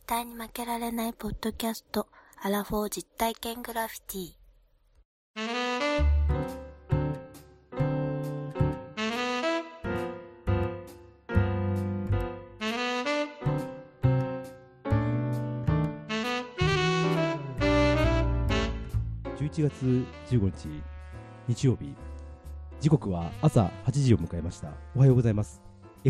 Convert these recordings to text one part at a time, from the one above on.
対に負けられないポッドキャスト、アラフォー実体験グラフィティ。 11月15日日曜日、時刻は朝8時を迎えました。おはようございます。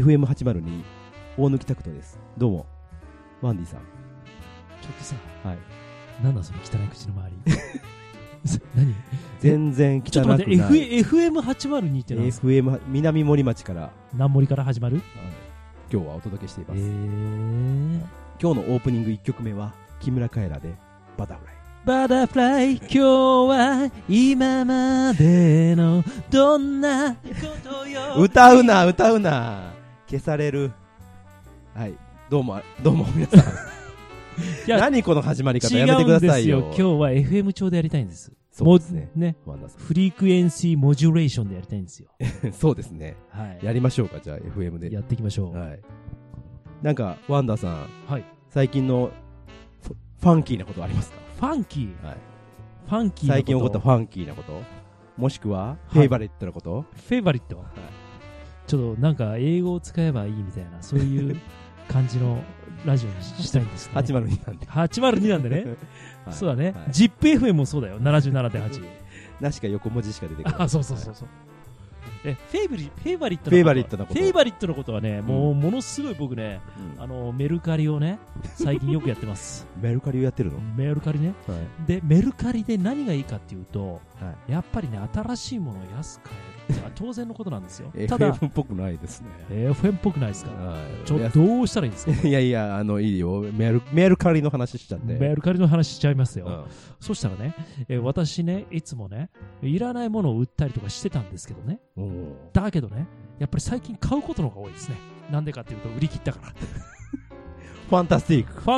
FM802 大貫拓人です。どうもワンディさん。 ちょっとさ、 はい、 なんだその汚い口の周り何？ 全然汚くない。 ちょっと待って、FM802 って何ですか？ FM 南森町から、 南森から始まる？ はい、今日はお届けしています。 今今日のオープニング1曲目は木村カエラでバタフライ。 バタフライ、今日は今までのどんなことよ。 歌うな消される。はい、どうも皆さんいや何この始まり方やめてくださいよ。 違うんですよ。今日は FM 調でやりたいんです。 そうですね。 ね、 ワンダさんフリークエンシーモジュレーションでやりたいんですよ。 そうですね、 はい、 やりましょうか。じゃあ FM でやっていきましょう。 はい、なんかワンダさん、 はい、 最近のファンキーなことありますか？ ファンキー、 はい、 ファンキーなこと、 最近起こったファンキーなこと、もしくはフェイバリットなこと、 フェイバリット、はい、ちょっとなんか英語を使えばいいみたいな、そういう感じのラジオにしたいんですね。 802なんで 802なんでね、はい、そうだね、はい、ZIPFM もそうだよ、77.8 なしか横文字しか出てこない。 あ、そう、はい、フェイバリットのことはね、ものすごい僕ね、メルカリをね最近よくやってますメルカリをやってるの？ メルカリね、はい、でメルカリで何がいいかっていうと、はい、やっぱりね、新しいものを安く買えるって当然のことなんですよ。ただ FM っぽくないですね。 FM っぽくないですか？ はい、 ちょっとどうしたらいいんですか？ いやいや、いいよ、メルカリの話しちゃって。 メルカリの話しちゃいますよ。そしたらね、私ね、いつもね、いらないものを売ったりとかしてたんですけどね、だけどね、やっぱり最近買うことの方が多いですね。なんでかっていうと、売り切ったからファンタスティック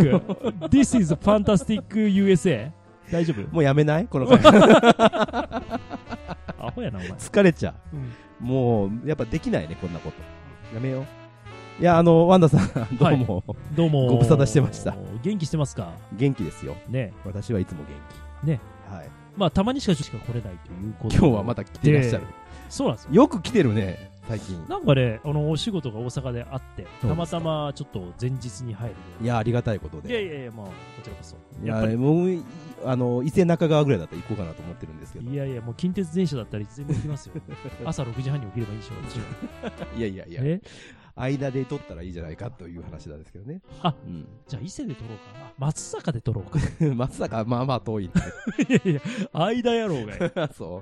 This is Fantastic USA。 大丈夫？もうやめないこの回アホやなお前。 疲れちゃう、もうやっぱできないね、こんなこと。やめよう。いや、ワンダさんどうも、はい、どうもご無沙汰してました。 元気してますか？ 元気ですよね。私はいつも元気ね。はい、まあたまにしか来れないということで、 今日はまた来ていらっしゃる。 そうなんですよ。 よく来てるね最近。 なんかね、お仕事が大阪であって、たまたまちょっと前日に入る。 いや、ありがたいことで。 いや、まあこちらこそ。 いや、もう伊勢中川ぐらいだったら行こうかなと思ってるんですけど。 いや、もう近鉄電車だったらいつでも行きますよ朝6時半に起きればいいでしょ私は。いや間で撮ったらいいじゃないかという話なんですけどね。 じゃあ伊勢で撮ろうかな。松坂で撮ろうか松坂まあまあ遠い、ね、 いや間やろうがよそう、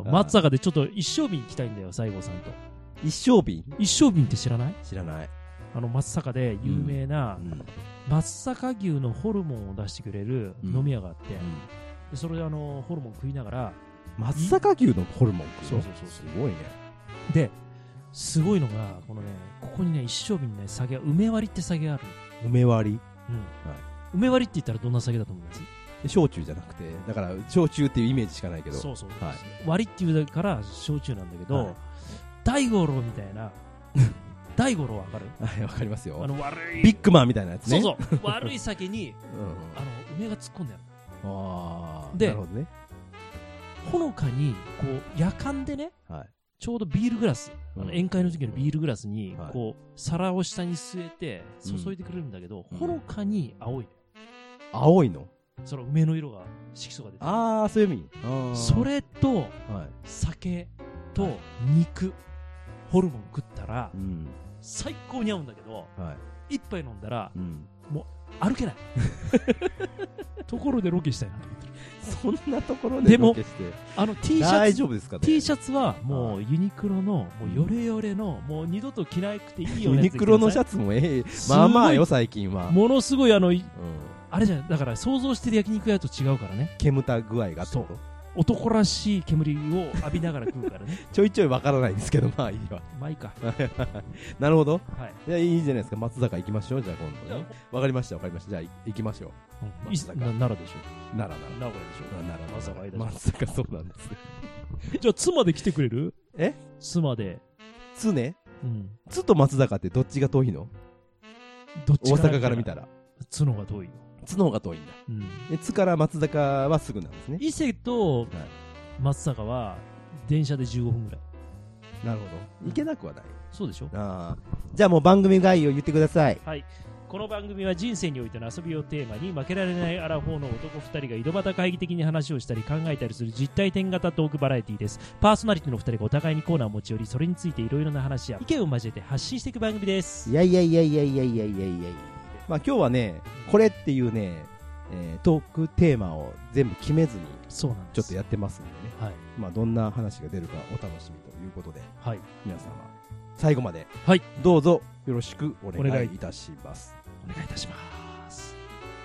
松坂でちょっと一升瓶行きたいんだよ、西郷さんと。 一升瓶って知らない？ 知らない。 松坂で有名な、松阪牛のホルモンを出してくれる飲み屋があって、でそれでホルモン食いながら。 松阪牛のホルモン食うの？そうすごいね。 ですごいのがこのね、ここにね、一升瓶にね、酒が梅割りって酒がある。 梅割り、 はい、梅割りって言ったらどんな酒だと思います？ 焼酎じゃなくて、だから焼酎っていうイメージしかないけど、 そう、 はい、 割りっていうから焼酎なんだけど、はい、大五郎みたいな大五郎わかる？ はい、わかりますよ。 悪いビッグマンみたいなやつね。 そう悪い酒に、梅が突っ込んである。 で、なるほどね。 ほのかにこう夜間でね、はい、ちょうどビールグラス、宴会の時のビールグラスにこう皿を下に据えて注いでくれるんだけど、ほのかに青い。 青いの？ その梅の色が色素が出てる。 ああ、そういう意味。 それと酒と肉、ホルモン食ったら最高に合うんだけど、一杯飲んだらもう歩けないところでロケしたいなと思ってる。 そんなところでロケして。 T シャツ大丈夫ですかね。 T シャツはもうユニクロのもうヨレヨレのもう二度と着なくていいようなやつ。 ユニクロのシャツもまあまあよ最近は。 ものすごいあれじゃん、だから想像してる焼肉屋と違うからね。 煙た具合がってこと？ 男らしい煙を浴びながら食うからねちょいちょいわからないんですけど、まあいいわ。 まあいいかなるほど、 はい、 じゃあいいじゃないですか。松坂行きましょう。じゃあ今度ね。わかりました。じゃあ行きましょう。 奈良でしょ。名古屋でしょ。 奈良松坂。そうなんですねじゃあ妻で来てくれる？妻で津ね。津と松坂ってどっちが遠いの？大阪から見たら。 津野が遠いよ。 津の方が遠いんだ。 うん。 で津から松坂はすぐなんですね。 伊勢と松坂は電車で15分ぐらい。 なるほど。行けなくはない。 そうでしょ。 ああ。じゃあもう番組概要言ってください。 はい。この番組は人生においての遊びをテーマに負けられないアラフォーの男2人が井戸端会議的に話をしたり考えたりする実体験型トークバラエティです。パーソナリティの2人がお互いにコーナーを持ち寄り、それについていろいろな話や意見を交えて発信していく番組です。 いや。まあ今日はね、これっていうね、トークテーマを全部決めずにそうなんです。 ちょっとやってますんでね。 はい。 まあどんな話が出るかお楽しみということで、 はい。 皆様最後まではいどうぞよろしくお願いいたします。 お願いいたします。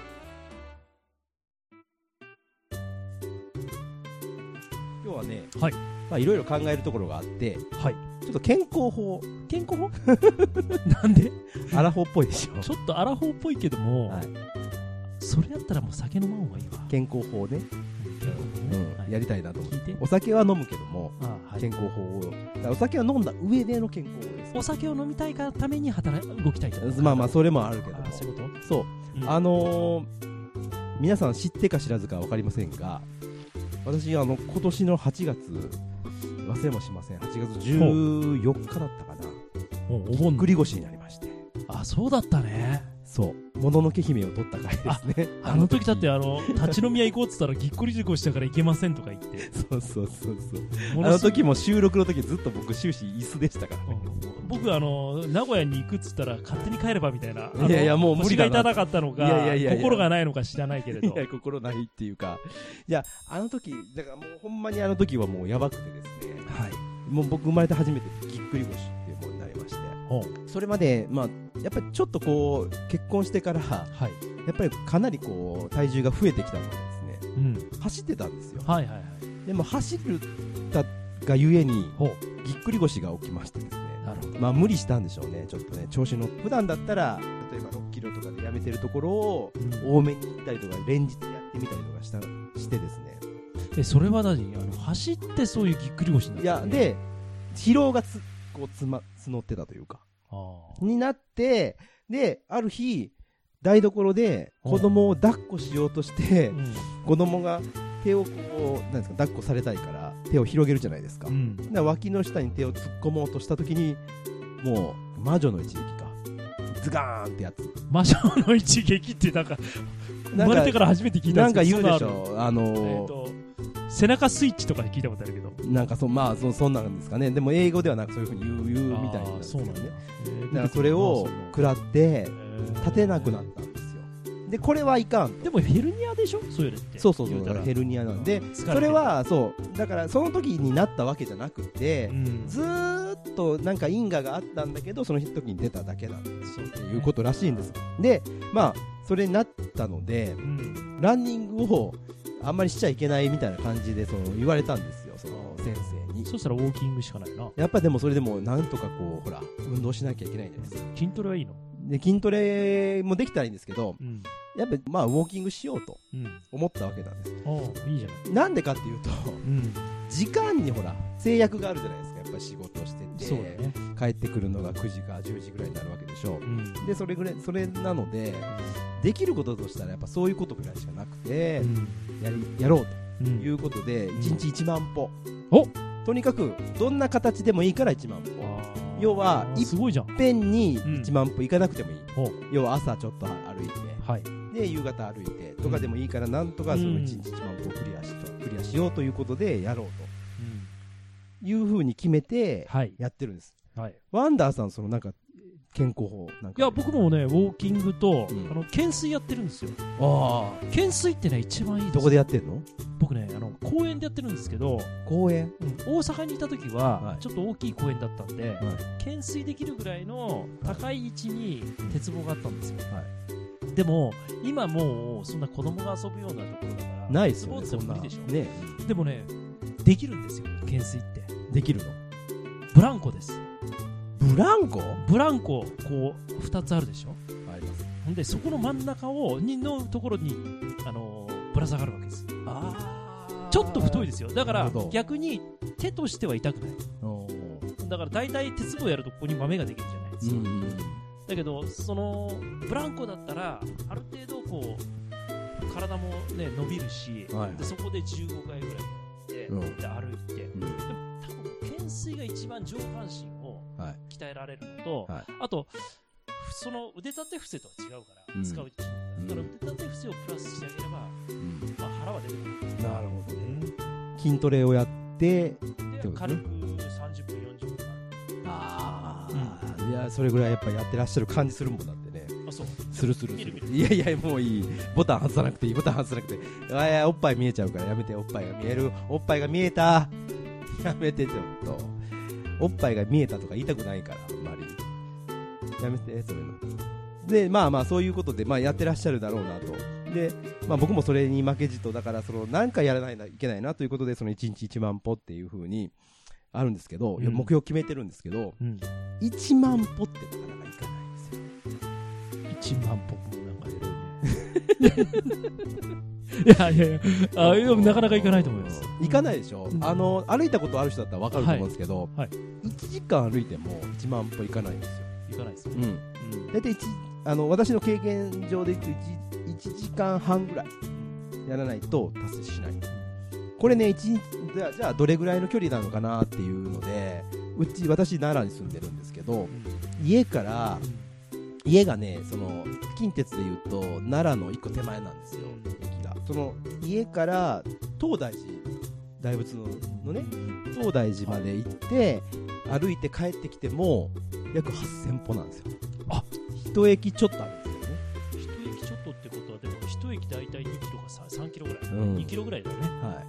今日はね、 はい。 まあいろいろ考えるところがあって、 はい。 ちょっと健康法、 健康法なんでアラフォーっぽいでしょ。 ちょっとアラフォーっぽいけども、 はい、 それやったらもう酒飲まん方がいいわ。 健康法ね、 はい、 やりたいなと思って。 聞いて。 お酒は飲むけども、 はい、 健康法を、お酒は飲んだ上での健康法です。 お酒を飲みたいがために動きたいと。 まあまあそれもあるけども。 そういうこと？ そう、うん、皆さん知ってか知らずか分かりませんが、私今年の8月忘れもしません、8月14日だったかな、 お盆ぎっくり腰になりまして。 あ、そうだったね。 そう、もののけ姫を取った回ですね。 あの時だって立ち飲み屋行こうって言ったらぎっくり腰したから行けませんとか言ってそうあの時も収録の時ずっと僕終始椅子でしたからね。 僕名古屋に行くっつったら勝手に帰ればみたいな。 いやいやもう無理だな。 腰が痛かったのか心がないのか知らないけれど。 いや心ないっていうか、いやあの時だからもうほんまにあの時はもうやばくてですね、はい、もう僕生まれて初めてぎっくり腰っていうものになりまして、それまでまあやっぱりちょっとこう結婚してから、はい、やっぱりかなりこう体重が増えてきたのでですね、走ってたんですよ。はいはいはい。でも走ったがゆえにぎっくり腰が起きましてですね。なるほど。まあ無理したんでしょうね。ちょっとね調子の普段だったら例えば6キロとかでやめてるところを多めに行ったりとか連日やってみたりとかしてですね。 それは何走ってそういうぎっくり腰になった、ね、 いやで疲労がこう募ってたというかになって、である日台所で子供を抱っこしようとして、子供が手をこうなんですか抱っこされたいから手を広げるじゃないですか、だ脇の下に手を突っ込もうとした時にもう魔女の一撃かズガーンってやつ。 魔女の一撃ってなんか生まれてから初めて聞いたんですけど、 なんか言うでしょ、 背中スイッチとかで聞いたことあるけど、 なんかまあそんなんですかね。でも英語ではなんかそういう風に言うみたいなんですよね。だからそれを食らって立てなくなったんですよ。でこれはいかんと。 でもヘルニアでしょ、そういうのって。そうヘルニアなんで、それはそうだからその時になったわけじゃなくて、ずーっとなんか因果があったんだけどその時に出ただけなんですよっていうことらしいんです。でまあそれになったので、ランニングをあんまりしちゃいけないみたいな感じで言われたんですよ、その先生に。 そしたらウォーキングしかないな。 やっぱでもそれでもなんとかこうほら運動しなきゃいけないじゃないですか。 筋トレはいいので筋トレもできたらいいんですけど、やっぱまあウォーキングしようと思ったわけなんです。 いいじゃない。 なんでかっていうと、時間にほら制約があるじゃないですか。やっぱり仕事してて、そうだね、帰ってくるのが9時か10時ぐらいになるわけでしょ、でそれなので、できることとしたらやっぱそういうことぐらいしかなくて、やろうということで、1日1万歩、とにかくどんな形でもいいから1万歩、要はいっぺんに1万歩行かなくてもいい、要は朝ちょっと歩いて、で夕方歩いてとかでもいいから、なんとかその1日1万歩をクリアしようということでやろうというふうに決めてやってるんです。ワンダーさん、そのなんか健康法なんか。 いや僕もねウォーキングと、懸垂やってるんですよ。懸垂ってね一番いいです。 どこでやってんの？ 僕ね公園でやってるんですけど。 公園？ 大阪にいた時は、ちょっと大きい公園だったんで、懸垂できるぐらいの高い位置に鉄棒があったんですよ。でも今もうそんな子供が遊ぶようなところだからないですよね。 スポーツでも無理でしょ。 ね。 でもねできるんですよ、懸垂って。 できるの？ ブランコです。 ブランコこう2つあるでしょ。あります。ほんでそこの真ん中のところにぶら下がるわけです。ちょっと太いですよ。だから逆に手としては痛くない。だから大体鉄棒やるとここに豆ができるじゃないですか。 だけどそのブランコだったらある程度こう体もね伸びるし、はい、でそこで15回ぐらいやって、で歩いて、でも多分懸垂が一番上半身を鍛えられるのと、はい、あとその腕立て伏せとは違うから、使う筋肉だから腕立て伏せをプラスしてあげれば、まあ、腹は出てくる。 なるほどね。筋トレをやって軽く30分40分いやそれぐらいやっぱやってらっしゃる感じするもんだってね。 あ、そう。 するいやいやもういい、ボタン外さなくていい、ボタン外さなくておっぱい見えちゃうからやめて。おっぱいが見える、おっぱいが見えた、やめてちょっと。おっぱいが見えたとか言いたくないからあんまりやめて、そういうので。まあまあそういうことで、まあ、やってらっしゃるだろうなと。で、まあ、僕もそれに負けじと、だからその何かやらないといけないなということで、その1日1万歩っていう風にあるんですけど、目標決めてるんですけど、1万歩ってなかなかいかないんですよ。 1万歩もなんかいやいやなかなかいかないと思います。 いかないでしょ、歩いたことある人だったら分かると思うんですけど、1時間歩いても1万歩いかないんですよ。 いかないですよ。 大体私の経験上で言うと 1時間半ぐらいやらないと達成しない。これね、じゃあどれぐらいの距離なのかなっていうので、私奈良に住んでるんですけど、家がね、その近鉄でいうと奈良の1個手前なんですよ、駅が。その家から東大寺、大仏のね、東大寺まで行って歩いて帰ってきても約8000歩なんですよ。あ、一駅ちょっとあるんですよね。 一駅ちょっとってことは、でも一駅大体2キロか3キロぐらい、2キロぐらいだよね。はい。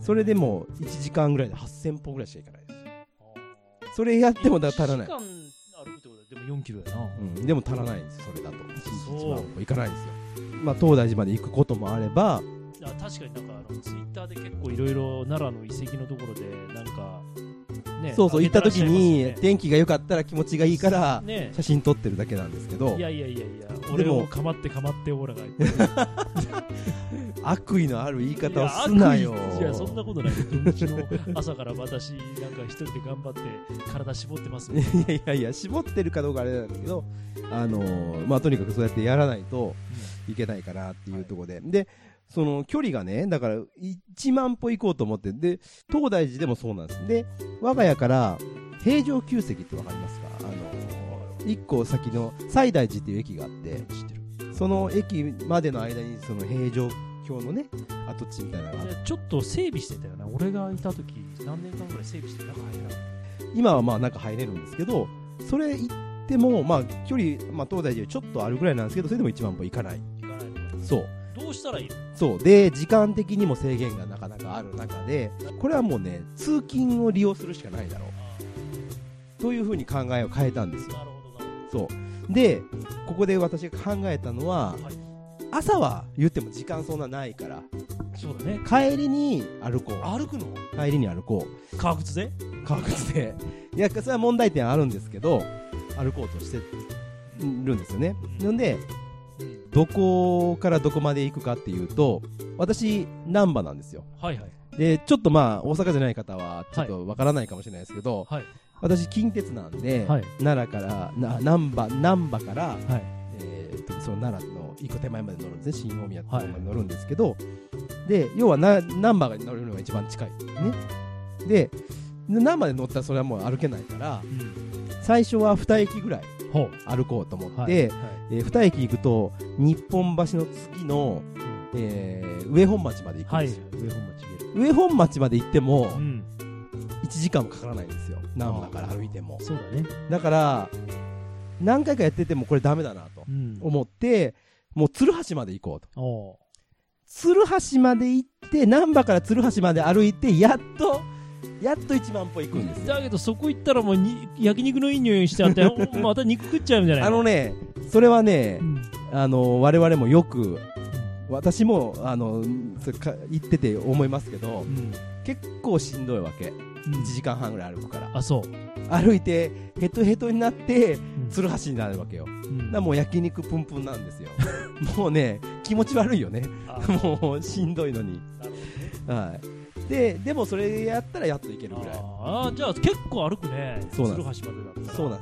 それでも1時間ぐらいで8000歩ぐらいしか行かないですよ。それやっても足らない。1時間歩くってことはでも4キロやな。 でも足らないんですよ、それだと。1日1万歩行かないんですよ。まあ東大寺まで行くこともあれば、 確かになんかツイッターで結構いろいろ奈良の遺跡のところでなんかね、 そう行った時に天気が良かったら気持ちがいいから写真撮ってるだけなんですけど、 いや俺をかまってオーラが言って悪意のある言い方をすなよ。 いやそんなことない。土日の朝から私なんか一人で頑張って体絞ってますもん。 いや絞ってるかどうかあれなんだけど、まあとにかくそうやってやらないといけないかなっていうところで、でその距離がね、だから1万歩行こうと思って、で東大寺でもそうなんです。で我が家から平城宮跡ってわかりますか？1個先の西大寺っていう駅があって、その駅までの間にその平城京のね跡地みたいなのがちょっと整備してたよな。俺がいた時何年間ぐらい整備して中入れない。 今はまあ中入れるんですけど、それ行ってもまあ距離、まあ、東大寺よりちょっとあるぐらいなんですけど、それでも1万歩行かない。そうどうしたらいいの？ そうで時間的にも制限がなかなかある中で、これはもうね通勤を利用するしかないだろうというふうに考えを変えたんですよ。そうでここで私が考えたのは、朝は言っても時間そんなないから、 そうだね、 帰りに歩こう。 歩くの？ 帰りに歩こう。 革靴でいやそれは問題点あるんですけど、歩こうとしてるんですよね。なんでどこからどこまで行くかっていうと、私難波なんですよ。でちょっとまあ大阪じゃない方はちょっとわからないかもしれないですけど、私近鉄なんで、奈良から難波から、その奈良の一個手前まで乗るんですね。新大宮ってとこまで乗るんですけど、で要は難波が乗るのが一番近いね。で難波で乗ったらそれはもう歩けないから、最初は2駅ぐらい歩こうと思って、2駅行くと日本橋の次の、上本町まで行くんですよ。上本町まで行っても、1時間もかからないんですよ、難波から歩いても。 そうだね。 だから何回かやっててもこれダメだなと思って、もう鶴橋まで行こうと。鶴橋まで行って難波から鶴橋まで歩いてやっと1万歩行くんですよ。 だけどそこ行ったらもう焼肉のいい匂いしちゃってまた肉食っちゃうんじゃないの？ それはね、我々もよく、私も行ってて思いますけど、結構しんどいわけ。1時間半ぐらい歩くから。 あ、そう。 歩いてヘトヘトになって鶴橋になるわけよ。だからもう焼肉プンプンなんですよ。もうね気持ち悪いよね。もうしんどいのに。はい。でもそれやったらやっといけるぐらい。 じゃあ結構歩くね。 そうなんです。 鶴橋までだったら。 そうなんで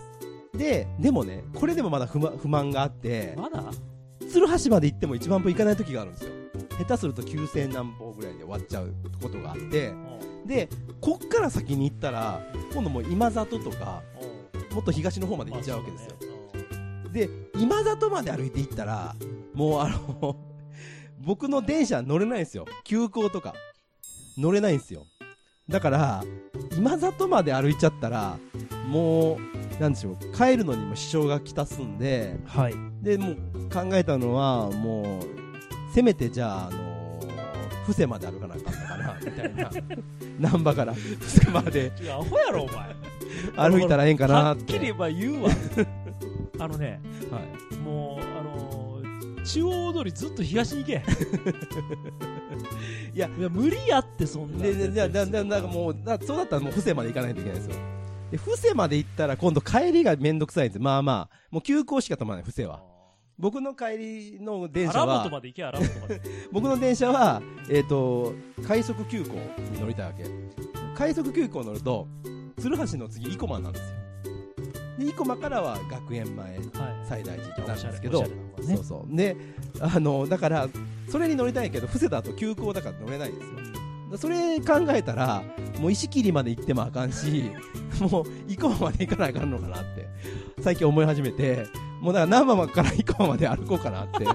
でもね、これでもまだ不満があって、 まだ鶴橋まで行っても1万歩行かない時があるんですよ。下手すると9000何歩ぐらいで終わっちゃうことがあって、でこっから先に行ったら今度もう今里とかもっと東の方まで行っちゃうわけですよ。で今里まで歩いて行ったらもう僕の電車乗れないんですよ。急行とか乗れないんですよ。だから今里まで歩いちゃったらもうなんでしょう、帰るのにも支障がきたすんで、 はい、 でもう考えたのはもうせめてじゃあ布施まで歩かなあかんのかなみたいな難波から布施までアホやろお前歩いたらええんかなって。 はっきり言えば言うわね、 はい、 もう中央通りずっと東に行けいや無理やってそんななんかもうそうだったらもう布施まで行かないといけないですよ。で布施まで行ったら今度帰りがめんどくさいんですよ。まあまあもう急行しか止まらない布施は。僕の帰りの電車は僕の電車は快速急行に乗りたいわけ。快速急行乗ると鶴橋の次生駒なんですよ。で生駒からは学園前最大寺なんですけど、そうそうでだからそれに乗りたいけど布施だと急行だから乗れないんですよ。それ考えたらもう石切まで行ってもあかんしもう生駒まで行かなあかんのかなって最近思い始めて、もうだから難波から生駒まで歩こうかなって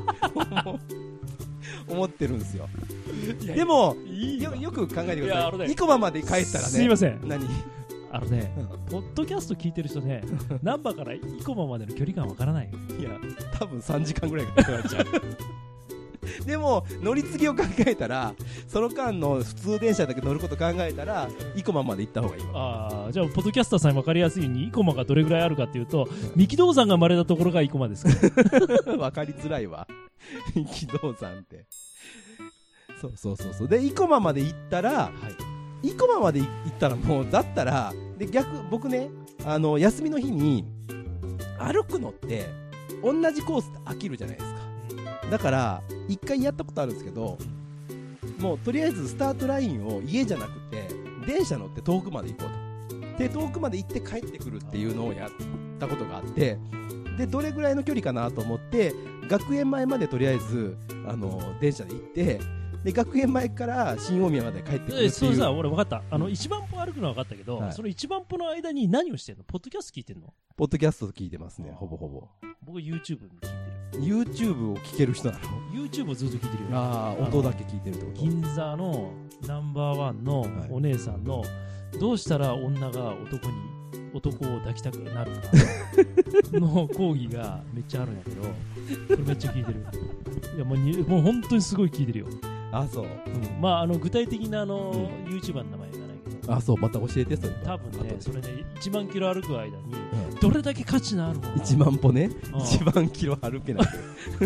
思ってるんですよ。でもよく考えてください。生駒まで帰ったらね、 すいません、 何ポッドキャスト聞いてる人ね難波から生駒までの距離感わからないよ。 いや多分3時間ぐらいかかっちゃうでも乗り継ぎを考えたらその間の普通電車だけ乗ること考えたら生駒まで行った方がいいわ。 じゃあポッドキャスターさんに分かりやすいように生駒がどれぐらいあるかっていうと、三木道山が生まれたところが生駒ですから分かりづらいわ三木道山ってそうで生駒まで行ったら、生駒まで行ったらもうだったらで僕ね休みの日に歩くのって同じコースって飽きるじゃないですか。だから一回やったことあるんですけど、もうとりあえずスタートラインを家じゃなくて電車乗って遠くまで行こうと。で遠くまで行って帰ってくるっていうのをやったことがあって、でどれぐらいの距離かなと思って学園前までとりあえず電車で行って、で学園前から新大宮まで帰ってくるっていう。 そうさ、俺分かった。1万歩歩くのは分かったけど、その1万歩の間に何をしてんの？ポッドキャスト聞いてんの？ ポッドキャスト聞いてますね、ほぼほぼ。 僕 YouTube に聞いてる。 YouTube を聞ける人なの？ YouTube をずっと聞いてるよ。 音だけ聞いてるってこと？ 銀座のナンバーワンのお姉さんの、どうしたら女が男を抱きたくなるかの講義がめっちゃあるんやけど、これめっちゃ聞いてる。いやもう本当にすごい聞いてるよ。 そう。 まあ具体的なYouTuber の名前がないけど。 そう、また教えてそれ。 多分ね、それね、1万キロ歩く間にどれだけ価値のあるもの。 1万歩ね。1万キロ歩けない。はい。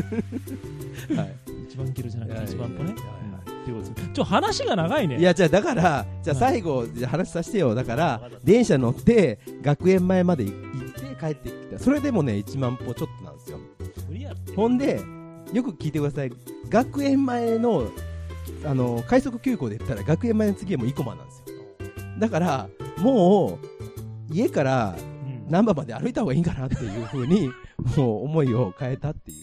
1万キロじゃなくて1万歩ね。話が長いね。 いやだから最後話させてよ。だから電車乗って学園前まで行って帰ってきた。それでもね1万歩ちょっとなんですよ。ほんでよく聞いてください。学園前の快速急行で言ったら学園前の次はもう生駒なんですよ。だからもう家から難波まで歩いた方がいいかなっていう風にもう思いを変えたっていう。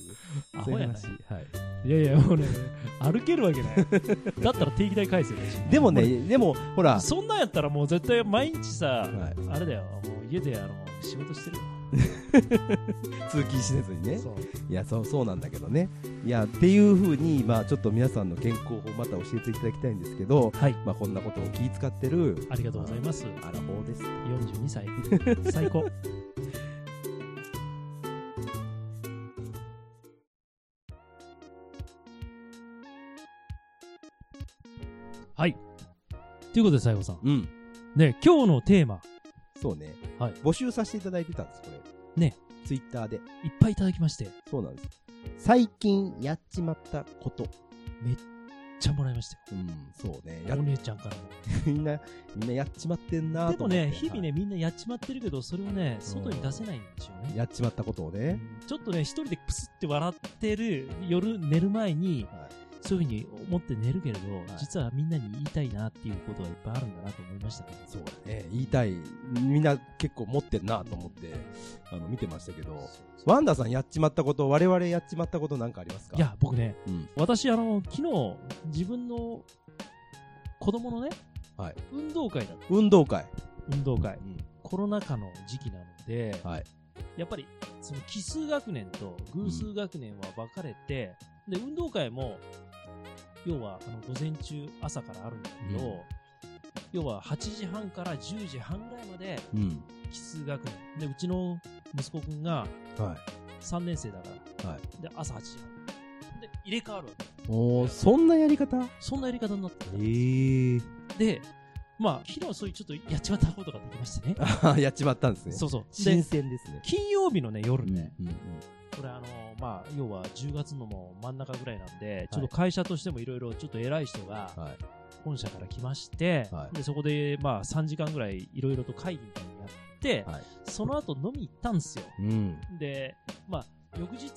アホやな。いやもうね歩けるわけない。だったら定期代返せよ。 でもほらそんなんやったらもう絶対毎日さ、あれだよ、もう家で仕事してるよ。 通勤施設にね。いやそうなんだけどね。いやっていう風にちょっと皆さんの健康法また教えていただきたいんですけど、こんなことを気遣ってる。 ありがとうございます。 アラフォーです。 42歳最高。はい。ということで西郷さん。ね、今日のテーマ。 そうね。募集させていただいてたんです、これ。 ね。 ツイッターで。 いっぱいいただきまして。 そうなんです。最近やっちまったこと。 めっちゃもらいましたよ。 そうね。 お姉ちゃんからも。 みんなやっちまってんなと思って。 でもね、日々ね、みんなやっちまってるけど、それをね、外に出せないんでしょうね。 やっちまったことをね。 ちょっとね、一人でプスって笑ってる夜寝る前に、 そういうふうに思って寝るけれど、実はみんなに言いたいなっていうことがいっぱいあるんだなと思いましたね。 そうだね。言いたい。みんな結構持ってんなと思って、見てましたけど、ワンダさんやっちまったこと、我々やっちまったことなんかありますか？ いや、僕ね、私、昨日、自分の子供のね、運動会だった。 運動会。 コロナ禍の時期なので、やっぱり、その奇数学年と偶数学年は分かれて、で、運動会も、要は、午前中、朝からあるんだけど、要は8時半から10時半ぐらいまで、奇数学年。で、うちの息子くんが、3年生だから、で、朝8時半。で、入れ替わるわけ。 そんなやり方？ そんなやり方になってた。で、まあ、昨日そういうちょっとやっちまったことができましてね。 やっちまったんですね。 そうそう。 新鮮ですね。 金曜日のね、夜ね、これまあ、要は10月のもう真ん中ぐらいなんで、ちょっと会社としてもいろいろちょっと偉い人が、本社から来まして、で、そこでまあ3時間ぐらいいろいろと会議みたいにやって、その後飲み行ったんですよ。で、まあ、翌日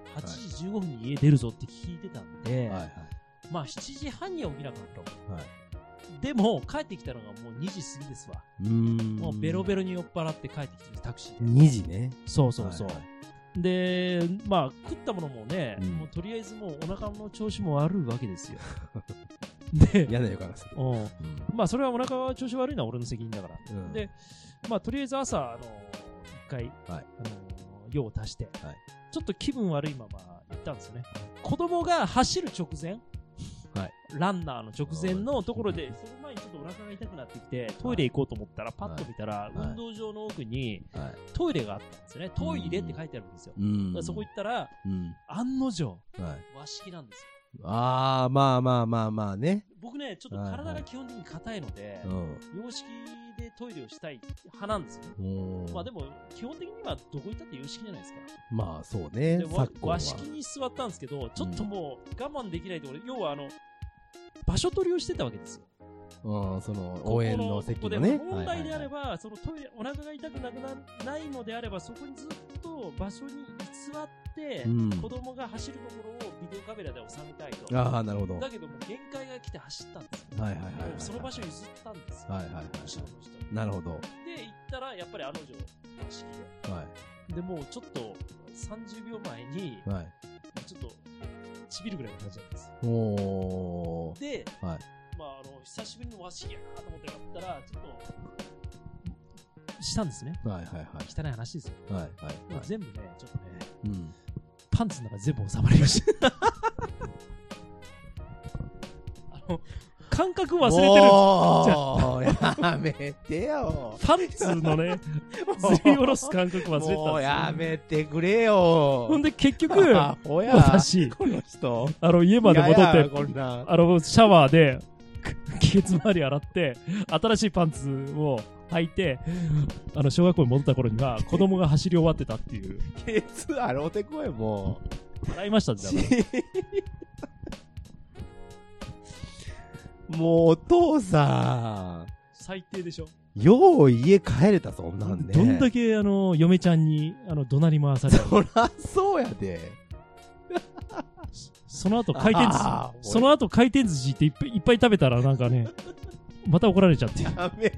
8時15分に家出るぞって聞いてたんで、まあ7時半には起きなかった。でも帰ってきたのがもう2時過ぎですわ。もうベロベロに酔っ払って帰ってきてるタクシーで。 2時ね。 そうそうそう。で、まあ食ったものもね、もうとりあえずもうお腹の調子も悪いわけですよ。で、 嫌な予感がする。 まあそれはお腹が調子悪いのは俺の責任だから。で、まあとりあえず朝一回用を足して、ちょっと気分悪いまま行ったんですよね。子供が走る直前。ランナーの直前のところで、その前にちょっとお腹が痛くなってきて、トイレ行こうと思ったら、パッと見たら、運動場の奥にトイレがあったんですよね。トイレって書いてあるんですよ。そこ行ったら、案の定、和式なんですよ。 まあね。 僕ね、ちょっと体が基本的に硬いので、洋式でトイレをしたい派なんですよ。まあでも、基本的にはどこ行ったって洋式じゃないですか。 まあそうね。 和式に座ったんですけど、ちょっともう我慢できないところ、要は場所取りをしてたわけですよ。 その応援の席のね。 本来であれば、そのトイレ、お腹が痛くないのであれば、そこにずっと場所に居座って、子供が走るところをビデオカメラで収めたいと。 なるほど。 だけども限界が来て走ったんですよ。その場所に譲ったんですよ。後ろの人に。 なるほど。 で、行ったら、やっぱり案の定、和式で。で、もうちょっと30秒前に、ちょっと、ちびるぐらいの感じなんです。で、まあ、久しぶりの和式やなと思ってやったら、ちょっと、したんですね。汚い話ですよ。全部ね、ちょっとね、パンツの中全部収まりました。感覚忘れてる。 もうやめてよ。 パンツのね、ずり下ろす感覚忘れてたんですよ。 もうやめてくれよ。 ほんで結局、私、 この人家まで戻って、シャワーで、ケツ周り洗って、新しいパンツを履いて、小学校に戻った頃には、子供が走り終わってたっていう。 ケツ洗うてこい、もう。洗いましたんだから。 もうお父さん。 最低でしょ。 よう家帰れた、そんなんね。 どんだけ嫁ちゃんに怒鳴り回された。 そらそうやで。 その後回転寿司っていっぱい食べたらなんかね、また怒られちゃって。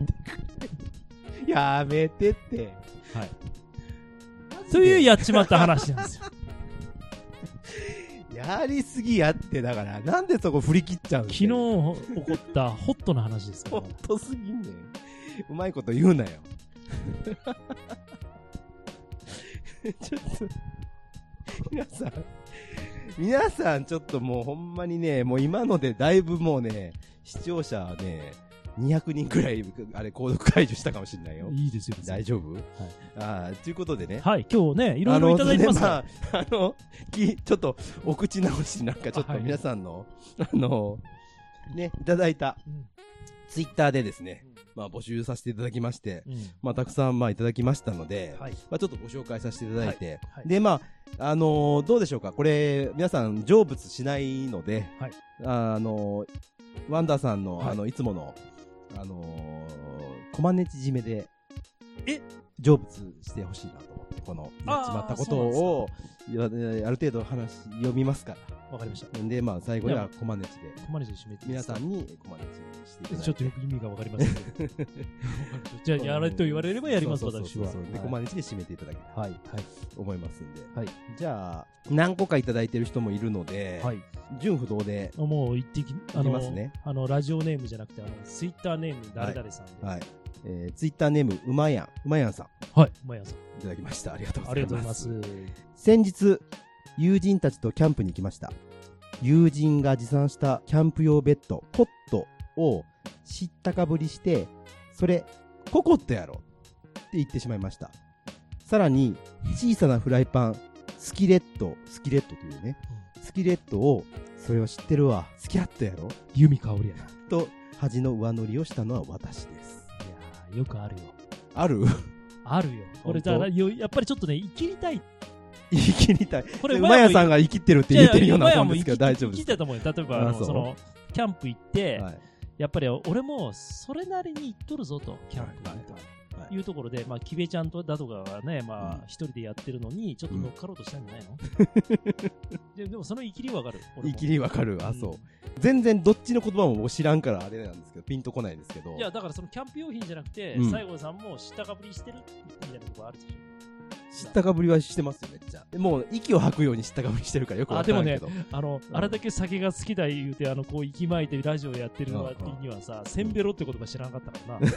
やめてって。 はい。というやっちまった話なんですよ。 やりすぎやってだから、なんでそこ振り切っちゃうんですか。 昨日起こったホットな話ですから。 ホットすぎんねん。うまいこと言うなよ。ちょっと、皆さんちょっともうほんまにね、もう今のでだいぶもうね、視聴者ね、200人くらい、あれ、購読解除したかもしれないよ。 いいですよ。 大丈夫？はい。ということでね。 はい、今日ね、いろいろいただいてますから。 ちょっと、お口直しなんかちょっと皆さんの、ね、いただいた、ツイッターでですね、まあ募集させていただきまして、まあたくさんまあいただきましたので、まあちょっとご紹介させていただいて、で、まあ、どうでしょうか、これ、皆さん成仏しないので、ワンダーさんの、いつもの、コマネチ締めで、成仏してほしいなと思って、この、やっちまったことを、ある程度読みますから。 わかりました。 で、まあ、最後にはコマネチで。 コマネチで締めて。 皆さんにコマネチしていただいて。 ちょっとよく意味がわかりませんけど。じゃあ、やれと言われればやります、私は。 で、コマネチで締めていただきたい。 はい。はい。 思いますんで。 はい。 じゃあ、何個かいただいてる人もいるので、はい。順不同で。 もう言ってきますね。 ラジオネームじゃなくて、ツイッターネーム誰々さんで。 はい。ツイッターネーム、うまやんさん。 はい。うまやんさん。 いただきました。ありがとうございます。 ありがとうございます。 先日、友人たちとキャンプに行きました。友人が持参したキャンプ用ベッド、コットを知ったかぶりして、それ、ココットやろって言ってしまいました。さらに、小さなフライパン、スキレットというね、スキレットを、それを知ってるわ、スキャットやろ弓香りやな。 と、恥の上乗りをしたのは私です。 いやー、よくあるよ。 あるあるよ。俺、やっぱりちょっとね、生きりたい。 生きりたい。これ、馬屋さんが生きてるって言ってるようなもんですけど、大丈夫です。 生きてたと思うよ。例えば、キャンプ行って、やっぱり俺もそれなりに行っとるぞと、キャンプにというところで、まあ、キベちゃんだとかはね、まあ、一人でやってるのに、ちょっと乗っかろうとしたんじゃないの？でも、その生きりわかる。 生きりわかる。あ、そう。全然どっちの言葉も知らんからあれなんですけど、ピンとこないんですけど。 いや、だからそのキャンプ用品じゃなくて、西郷さんも知ったかぶりしてるみたいなところあるでしょ。 知ったかぶりはしてますよ、めっちゃ。もう息を吐くように知ったかぶりしてるからよくわかんないけど。 でもね、あれだけ酒が好きだ言うて、こう息巻いてラジオやってる割にはさ、センベロって言葉知らなかったからな。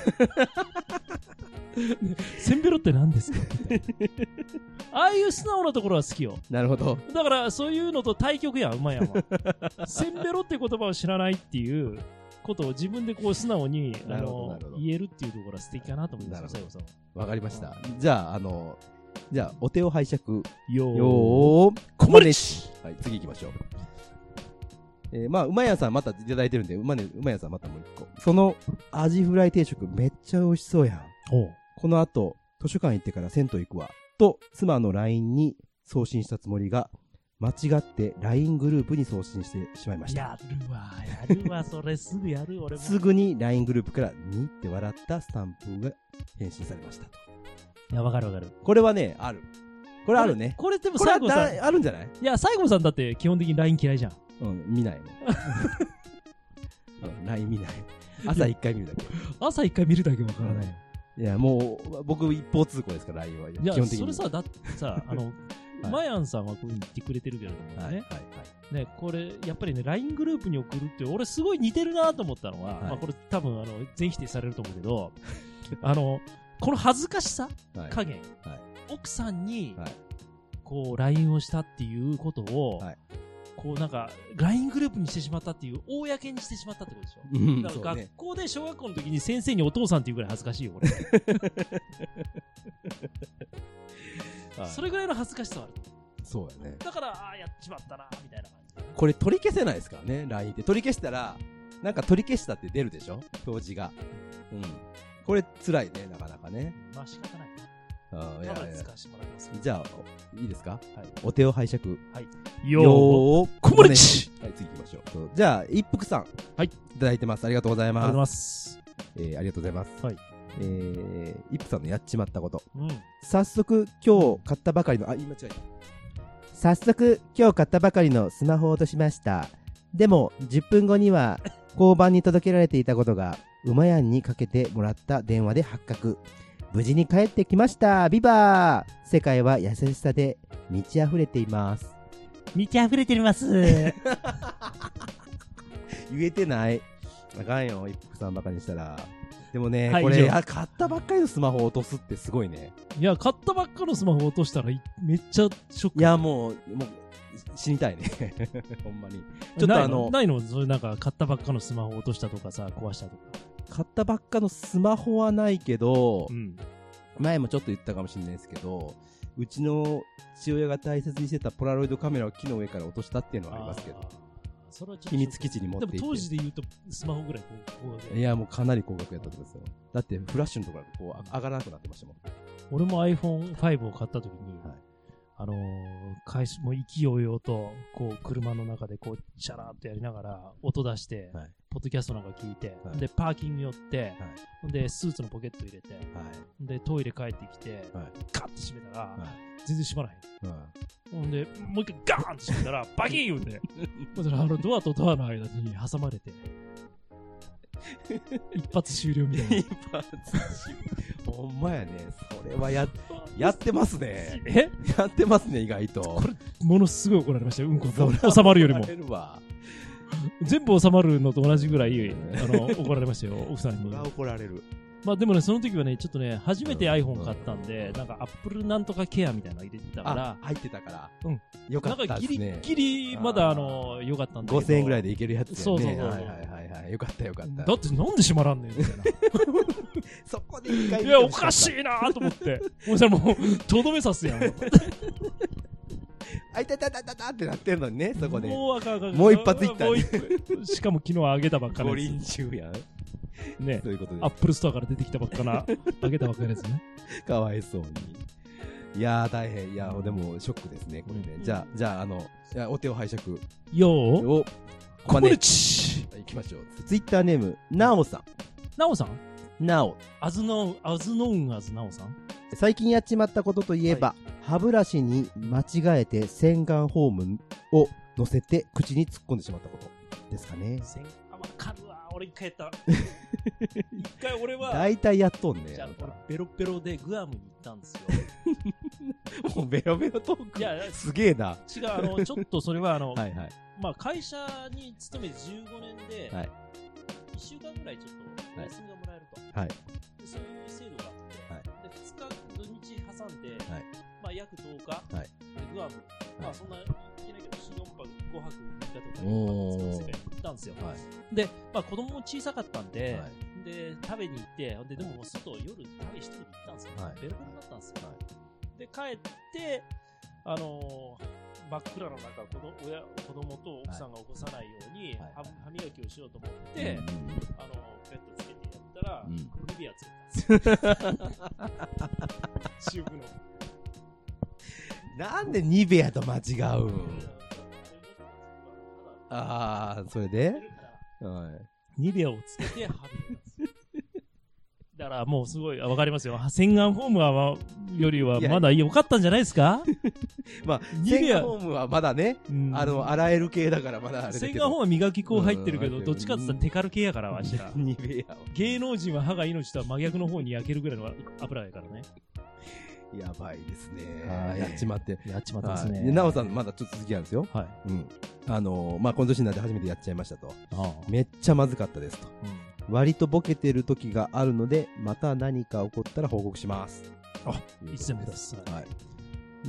センベロって何ですかみたいな。ああいう素直なところは好きよ。 なるほど。 だからそういうのと対極やん、うまいやんは。センベロって言葉を知らないっていうことを自分でこう素直に言えるっていうところは素敵かなと思いますよ、西郷さん。 わかりました。じゃあ、お手を拝借。 よー、こまねち。はい、次行きましょう。まあ、うまやさんまたいただいてるんで、うまやさんまたもう一個。その、アジフライ定食めっちゃ美味しそうやん。この後、図書館行ってから銭湯行くわ。と、妻の LINE に送信したつもりが、間違って LINE グループに送信してしまいました。 やるわ、それすぐやる、俺も。 すぐに LINE グループからにって笑ったスタンプが返信されましたと。 いや、わかる。 これはね、ある。これあるね。 これでも西郷さん。 あるんじゃない？ いや、西郷さんだって基本的に LINE 嫌いじゃん。 うん、見ないもん。LINE 見ない。朝一回見るだけ。 朝一回見るだけわからない。 いや、もう、僕一方通行ですから、LINE は。 いや、基本的に。それさ、だってさ、マヤンさんはこういうふうに言ってくれてるけれどもね。ね、これ、やっぱりね、LINE グループに送るって、俺すごい似てるなと思ったのは、まあこれ多分、全否定されると思うけど、この恥ずかしさ加減、奥さんに、こう、LINE をしたっていうことを、こうなんか LINE グループにしてしまったっていう、公にしてしまったってことでしょ。だから学校で小学校の時に先生にお父さんっていうぐらい恥ずかしいよこれ。それぐらいの恥ずかしさはある。 そうやね。 だからやっちまったなみたいな感じ。 これ取り消せないですからね、 LINE って取り消したらなんか取り消したって出るでしょ、表示が。これ辛いね、なかなかね。 まあ仕方ない。 じゃあいいですか、お手を拝借。 よーこまねち。 はい、次行きましょう。じゃあ一服さん、いただいてます。ありがとうございます。 ありがとうございます。 ありがとうございます。一服さんのやっちまったこと。 早速今日買ったばかりのスマホを落としました。でも10分後には交番に届けられていたことがうまやんにかけてもらった電話で発覚。無事に帰ってきました。ビバー。世界は優しさで満ち溢れています。 満ち溢れてます。 言えてない。あかんよ、一服さんばかりにしたら。でもね、これ買ったばっかりのスマホを落とすってすごいね。 いや、買ったばっかのスマホを落としたらめっちゃショック。 いや、もう死にたいね。ほんまに。ちょっとないの？それなんか買ったばっかのスマホを落としたとかさ、壊したとか。 買ったばっかのスマホはないけど、前もちょっと言ったかもしれないですけど、うちの父親が大切にしてたポラロイドカメラを木の上から落としたっていうのはありますけど、 それは秘密基地に持っていって。 でも当時で言うとスマホぐらい高額。 いや、もうかなり高額やったと思いますよ。だってフラッシュのところがこう上がらなくなってましたもん。 俺も iPhone5 を買った時に、もう意気揚々とこう車の中でこうシャラーっとやりながら音出して、ポッドキャストなんか聞いて、でパーキング寄って、でスーツのポケット入れて、でトイレ帰ってきて、ガッて閉めたら、全然閉まらへん。ほんでもう一回ガーンって閉めたらバキーン言うて、 だからドアとドアの間に挟まれて一発終了みたいな。 一発終了。ほんまやね。それはやってますね。やってますね、意外と。 これものすごい怒られましたよ。うんこ収まるよりも。全部収まるのと同じぐらい怒られましたよ、奥さんに。 怒られる。 まあでもね、その時はね、ちょっとね、初めて iPhone 買ったんで、なんか Apple なんとかケアみたいなの入れてたから。 入ってたから。 うん。 よかったですね。 なんかギリギリまだよかったんだけど。 5000円ぐらいでいけるやつですね。 そう。 はい。よかったよかった。 だってなんで閉まらんねんみたいな。 そこで一回いや、おかしいなと思って。もう、とどめさすやん。 あいたってなってるのにね、そこで。 もうあかん。 もう一発いったね。 しかも昨日あげたばっかり。 五輪中やん。 ね、 そういうことです。 アップルストアから出てきたばっかな、あげたばっかりですね。 かわいそうに。いやー、大変。いやー、でも、ショックですね、これね。じゃあ、お手を拝借。 よー。 コネチ。行きましょう。ツイッターネーム、なおさん。 なおさんなお。 あずのんあずなおさん。 最近やっちまったことといえば、歯ブラシに間違えて洗顔フォームを乗せて口に突っ込んでしまったことですかね。 わかるわ、俺一回やった。一回俺は。 大体やっとんね。 じゃあ、俺ベロベロでグアムに行ったんですよ。 もうベロベロトーク。 いや、 すげえな。 違う、ちょっとそれははい。 まあ会社に勤めて15年で、 はい、 1週間ぐらいちょっと休みがもらえると。 はい。 で、そういう制度があって、 はい、 で、2日土日挟んで、 はい、 まあ約10日、 はい、 でグアム、まあそんな、いけないけど、4、4泊、5泊、3日とか4泊、世界に行ったんですよ。はい、で、まあ子供も小さかったんで、はい、で、食べに行って、でももう外、夜、旅一人で行ったんですよ。はい、ベロベロだったんですよ。はい、で、帰って、真っ暗の中、子供と奥さんが起こさないように、歯磨きをしようと思って、ペットつけてやったら、ニベアつけたんですよ。チューブの。 なんでニベアと間違うん？ああ、それで？ はい。ニベアをつけて歯磨きです。だからもうすごいわかりますよ。洗顔フォームはよりはまだ良かったんじゃないですか？ まあ洗顔フォームはまだね、洗える系だからまだあれだけど。 洗顔フォームは磨き粉入ってるけど、どっちかって言ったらテカル系やからわしら。 ニベア。 芸能人は歯が命とは真逆の方に焼けるぐらいの油やからね。 やばいですね。やっちまって。 やっちまってますね。 なおさんまだちょっと続きなんですよ。はい。まあこの年になって初めてやっちゃいましたと。めっちゃまずかったですと。割とボケてる時があるので、また何か起こったら報告します。 いつでもください。 はい。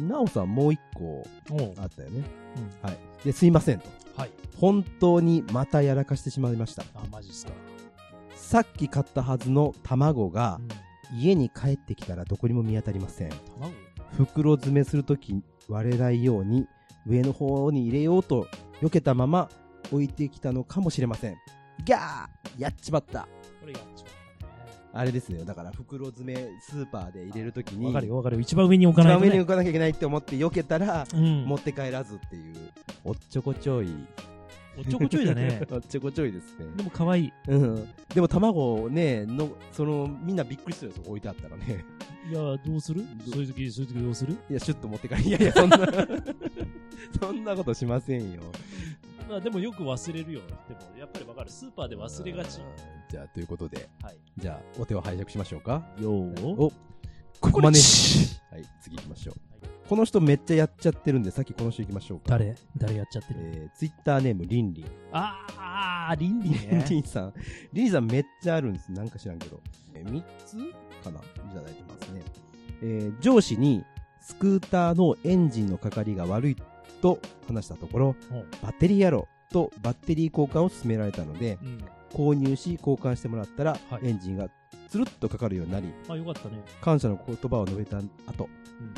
なおさんもう一個あったよね。はい。で、すいませんと。はい。本当にまたやらかしてしまいました。 マジっすか。 さっき買ったはずの卵が、家に帰ってきたらどこにも見当たりません。袋詰めするとき割れないように上の方に入れようと避けたまま置いてきたのかもしれません。ギャー、やっちまった。 これやっちまったね。 あれですよ、だから袋詰めスーパーで入れるときにわかるよわかるよ、一番上に置かないとね、 一番上に置かなきゃいけないって思って避けたら、持って帰らずっていうおっちょこちょい。 おっちょこちょいだね。 おっちょこちょいですね。 でも可愛い。 でも卵ねみんなびっくりするんですよ、置いてあったらね。 いや、どうする？そういう時どうする？ いや、シュッと持って帰る。いやそんなことしませんよ。 まあでもよく忘れるよ。でもやっぱりわかる。スーパーで忘れがち。 じゃあということで、 はい、 じゃあお手を拝借しましょうか。 ここまね。はい、次行きましょう。この人めっちゃやっちゃってるんで、さっきこの人行きましょうか。 誰やっちゃってる？ ツイッターネームリンリン。 リンリンね。 リンさんめっちゃあるんです。なんか知らんけど。3つかな、いただいてますね。上司にスクーターのエンジンのかかりが悪いと話したところ、バッテリーやろとバッテリー交換を勧められたので、購入し交換してもらったら、エンジンがつるっとかかるようになり、 よかったね。 感謝の言葉を述べた後、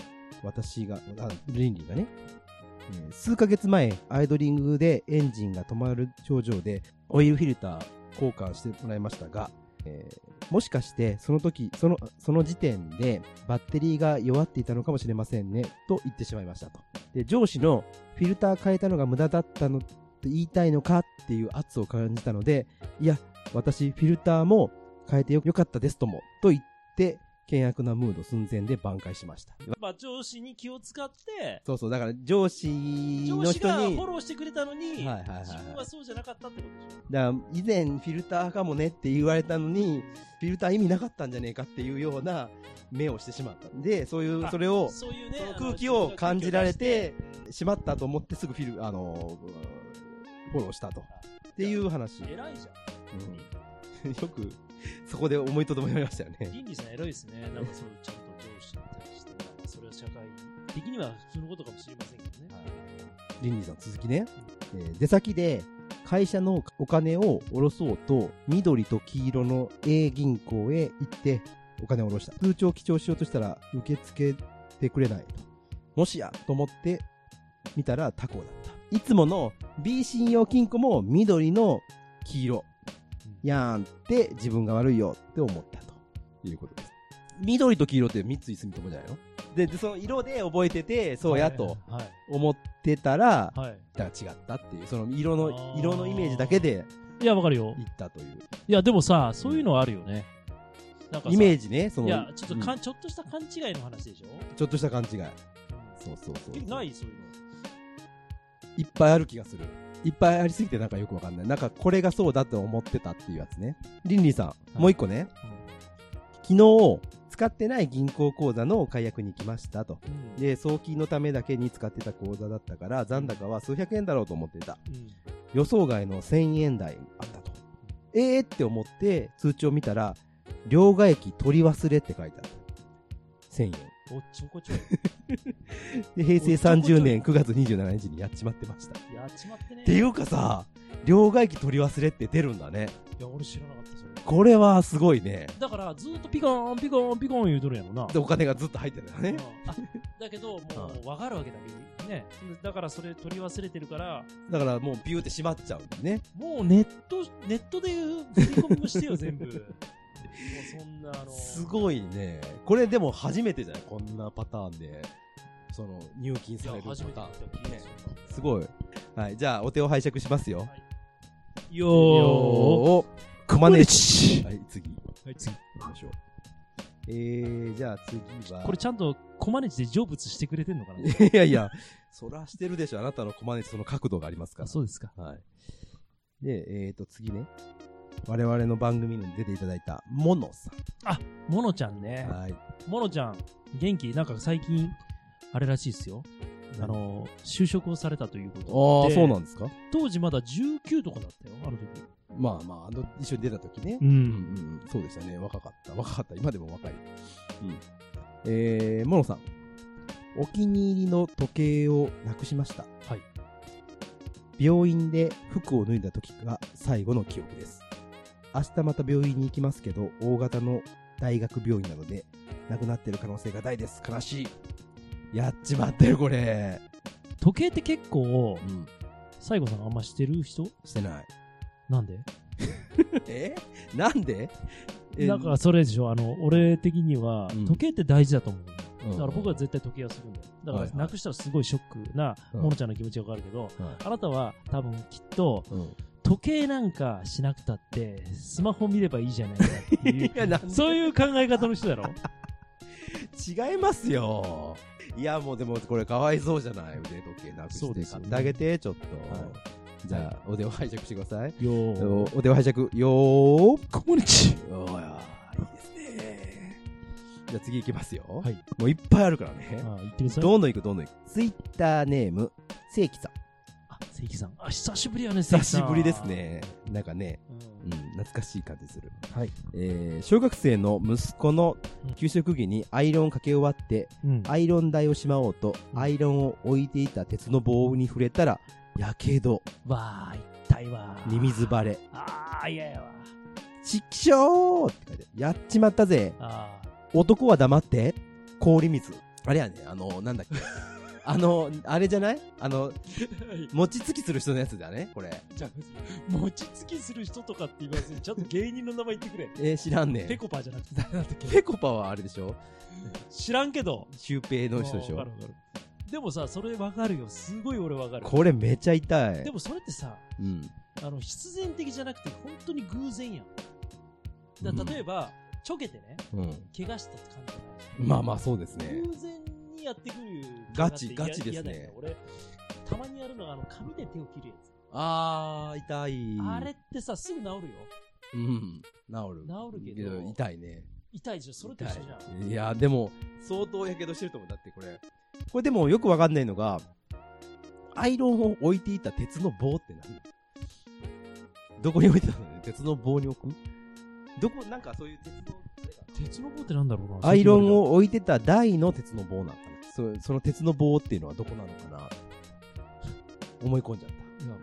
リンリンがね、数ヶ月前アイドリングでエンジンが止まる症状でオイルフィルター交換してもらいましたが、もしかしてその時その時点でバッテリーが弱っていたのかもしれませんねと言ってしまいましたと。で、上司のフィルター変えたのが無駄だったのと言いたいのかっていう圧を感じたので、いや私フィルターも変えてよかったですと言って険悪なムード寸前で挽回しました。 まあ上司に気を使って、 そうそう、だから上司の人に上司がフォローしてくれたのに、 はいはいはいはい、 自分はそうじゃなかったってことでしょ。 だから以前フィルターかもねって言われたのに、フィルター意味なかったんじゃねえかっていうような目をしてしまったんで、それを、 そういうね、 その空気を感じられてしまったと思ってすぐフォローしたとっていう話。 偉いじゃん。 よくそこで思いとどまりましたよね。 倫理さん偉いですね。なんかそうちゃんと上司に対して、それは社会的には普通のことかもしれませんけどね。 倫理さん続きね、出先で会社のお金を下ろそうと緑と黄色の A 銀行へ行ってお金を下ろした。通帳記帳しようとしたら受け付けてくれないと。もしやと思って見たら他行だった。いつもの B 信用金庫も緑の黄色やーんって自分が悪いよって思ったということです。緑と黄色って三井住友じゃないの？でその色で覚えててそうやと思ってたら、だから違ったっていう、その色のイメージだけでいやわかるよ言ったという。 いやでもさ、そういうのはあるよね。なんかイメージね、そのいやちょっとちょっとした勘違いの話でしょ。 ちょっとした勘違い。そうないそういうの。 いっぱいある気がする。いっぱいありすぎてなんかよくわかんない。なんかこれがそうだと思ってたっていうやつね。リンリンさん、もう一個ね、昨日使ってない銀行口座の解約に来ましたと、で送金のためだけに使ってた口座だったから残高は数百円だろうと思っていた、予想外の1000円台あったと、って思って通知を見たら両替機取り忘れって書いてある。1000円。 おちょこちょいで平成30年9月27日にやっちまってました。 やっちまってね。 っていうかさ、両替機取り忘れって出るんだね。 いや俺知らなかったそれ。 これはすごいね。 だからずっとピコーンピコーンピコーン言うとるやろな。 でお金がずっと入ってるんだね。 だけどもう分かるわけだけどね。だからそれ取り忘れてるから。 だからもうビューってしまっちゃうんだね。 もうネットで振り込みもしてよ全部。もうそんなすごいね。これでも初めてじゃない、こんなパターンでその入金されるパターンね。すごい。はい、じゃあお手を拝借しますよ。はい、 よーコマネチ。はい、次行きましょう。じゃあ次はこれちゃんとコマネチで成仏してくれてんのかな。 いやいや、そらしてるでしょ。あなたのコマネチその角度がありますから。 そうですか。 はい。で次ね、我々の番組に出ていただいたモノさん。 あ、モノちゃんね。 はい。 モノちゃん元気？なんか最近あれらしいですよ。就職をされたということで。 ああ、そうなんですか。 当時まだ19とかだったよ、あの時。 まあまあ、一緒に出た時ね。そうでしたね。若かった。今でも若い。モノさん。お気に入りの時計をなくしました。 はい。 病院で服を脱いだ時が最後の記憶です。明日また病院に行きますけど、大型の大学病院なので、亡くなってる可能性が大です。悲しい。やっちまってる、これ。 時計って結構、西郷さんあんましてる人？ してない。 なんで？ なんで？ なんかそれでしょ、俺的には、時計って大事だと思う。だから僕は絶対時計はするんだよ。だからなくしたらすごいショックなモノちゃんの気持ちがわかるけど、あなたは多分きっと、時計なんかしなくたってスマホ見ればいいじゃないかっていうそういう考え方の人だろ。 違いますよ。いやもうでもこれかわいそうじゃない。腕時計なくして買ってあげてちょっと。じゃあお手を拝借してください。お手を拝借。よーこんにちは。いいですね。じゃあ次行きますよ。 はい。 もういっぱいあるからね。 言ってください。 どんどん行く。ツイッターネーム正規さん。 正規さん。久しぶりやね。 久しぶりですね。なんかね、懐かしい感じする。はい。小学生の息子の給食着にアイロンかけ終わって、アイロン台をしまおうと、アイロンを置いていた鉄の棒に触れたらやけど。 わー、痛いわー。 ミミズバレ。 嫌やわ。 ちきしょーって書いてある。やっちまったぜ。男は黙って、氷水。あれやね、なんだっけ。あれじゃない餅つきする人のやつだね、これ。 じゃあ、餅つきする人とかって言わずに、ちゃんと芸人の名前言ってくれ。 知らんね。 ペコパじゃなくて誰だったっけ。 ペコパはあれでしょ。 知らんけど。 シュウペイの人でしょ。 わかる。でもさ、それわかるよ。すごい俺わかる。 これめちゃ痛い。 でもそれってさ、必然的じゃなくて、本当に偶然やん。例えば、 ちょけてね、怪我したって感じじゃない。 まあまあそうですね。 偶然にやってくるガチですね。 俺、たまにやるのが紙で手を切るやつ。 痛い。 あれってさ、すぐ治るよ。 うん。治るけど。 痛いね。 痛いでしょ、それと一緒じゃん。 いや、でも、相当やけどしてると思う。だってこれでもよくわかんないのが、アイロンを置いていた鉄の棒って何？どこに置いてたのね？鉄の棒に置く？なんかそういう鉄の棒ってなんだろうな。 アイロンを置いてた台の鉄の棒なのかな。その鉄の棒っていうのはどこなのかな。思い込んじゃった。いや、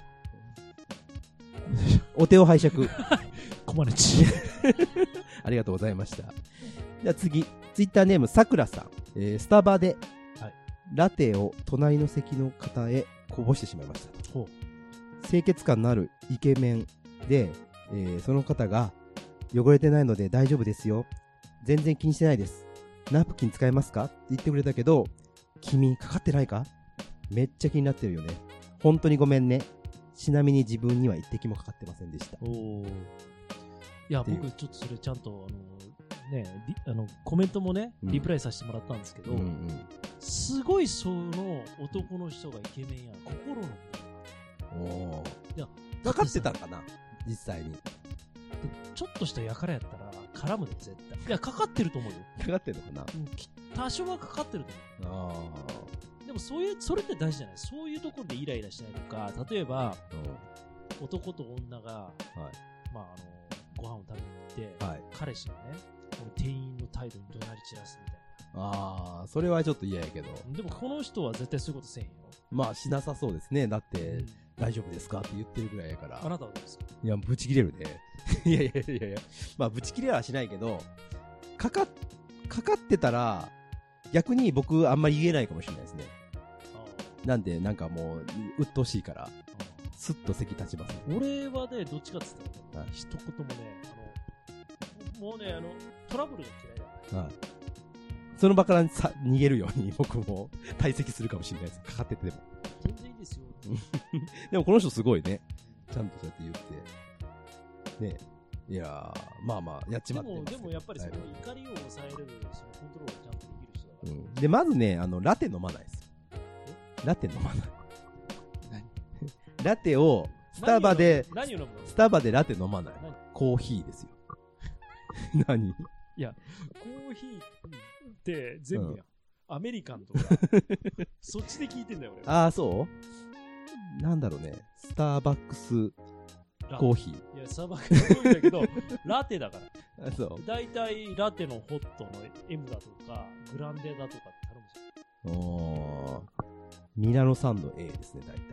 お手を拝借。 コマネチ。 ありがとうございました。じゃあ次、ツイッターネームさくらさん。スタバで、ラテを隣の席の方へこぼしてしまいました。清潔感のあるイケメンで、その方が汚れてないので大丈夫ですよ。全然気にしてないです。ナプキン使えますかって言ってくれたけど、君かかってないか？めっちゃ気になってるよね。本当にごめんね。ちなみに自分には一滴もかかってませんでした。 いや、僕ちょっとそれちゃんとコメントもね、リプライさせてもらったんですけど、すごいその男の人がイケメンや心のいやかかってたんかな実際に。 ちょっとしたやからやったら絡むで絶対。いや、かかってると思うよ。 かかってるのかな。 多少はかかってると思う。でもそれって大事じゃない。そういうところでイライラしないとか、例えば、男と女が、ご飯を食べに行って、彼氏がね、店員の態度に怒鳴り散らすみたいな。 それはちょっと嫌やけど。 でもこの人は絶対そういうことせえへんよ。 まあしなさそうですね。だって、大丈夫ですかって言ってるぐらいやから。 あなたはどうですか？ いや、ブチ切れるね。いや。まあ、ブチ切れはしないけど、かかってたら、逆に僕あんまり言えないかもしれないですね。なんで、なんかもう、鬱陶しいから、スッと席立ちます、ね。 俺はね、どっちかって言ったら、一言もね、もうね、トラブルが嫌いだ。 その場から逃げるように僕も退席するかもしれないです。かかってても。 全然いいですよ。 でもこの人すごいね。ちゃんとそうやって言って。ね。いやー、まあ、やっちまってます。 でもやっぱりその怒りを抑えれる、そのコントロールがちゃんとできる人だから。 で、まずね、ラテ飲まないです。ラテ飲まない。ラテを、スタバでラテ飲まない。コーヒーですよ。何？ いや、コーヒーって全部やん。アメリカンとか。そっちで聞いてんだよ、 俺。そうなんだろうね。スターバックスコーヒー。 いや、スターバックスコーヒーだけど、ラテだから。 そう。 だいたいラテのホットの M だとか、グランデだとかって頼むじゃん。 ミラノサンド A ですね、だいた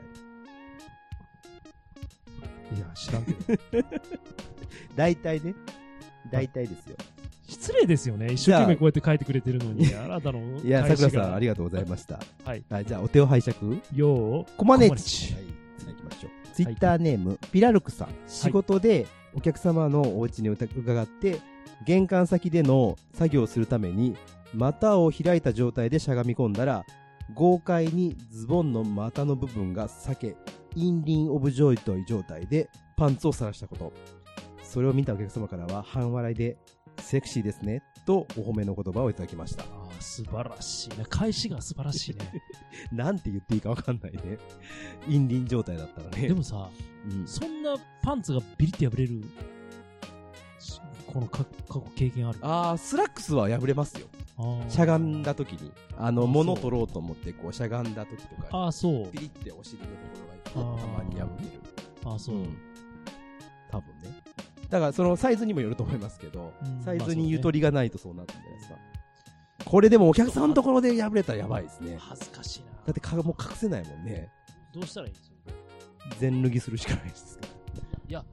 い。いや、知らんけど。 だいたいね。だいたいですよ。 失礼ですよね。一生懸命こうやって書いてくれてるのに、あなたの。 いや、さくらさん、ありがとうございました。 はい。 じゃあ、お手を拝借。コマネチ。はい、じゃあ行きましょう。ツイッターネーム、ピラルクさん。仕事でお客様のお家に伺って、玄関先での作業をするために、股を開いた状態でしゃがみ込んだら、豪快にズボンの股の部分が裂け、インリンオブジョイという状態でパンツを晒したこと。それを見たお客様からは半笑いで、セクシーですねとお褒めの言葉をいただきました。 素晴らしいね。返しが素晴らしいね。 なんて言っていいか分かんないね。インリン状態だったらね。 でもさ、そんなパンツがビリッて破れるこの過去経験ある？ スラックスは破れますよ。しゃがんだ時に物を取ろうと思ってこうしゃがんだ時とかピリってお尻のところがたまに破れる。 そう、 多分ね。だからそのサイズにもよると思いますけど、サイズにゆとりがないとそうなるんじゃないですか。これでもお客さんのところで破れたらやばいですね。 恥ずかしいな。 だってもう隠せないもんね。 どうしたらいいんですか？ 全脱ぎするしかないですけど。 いや、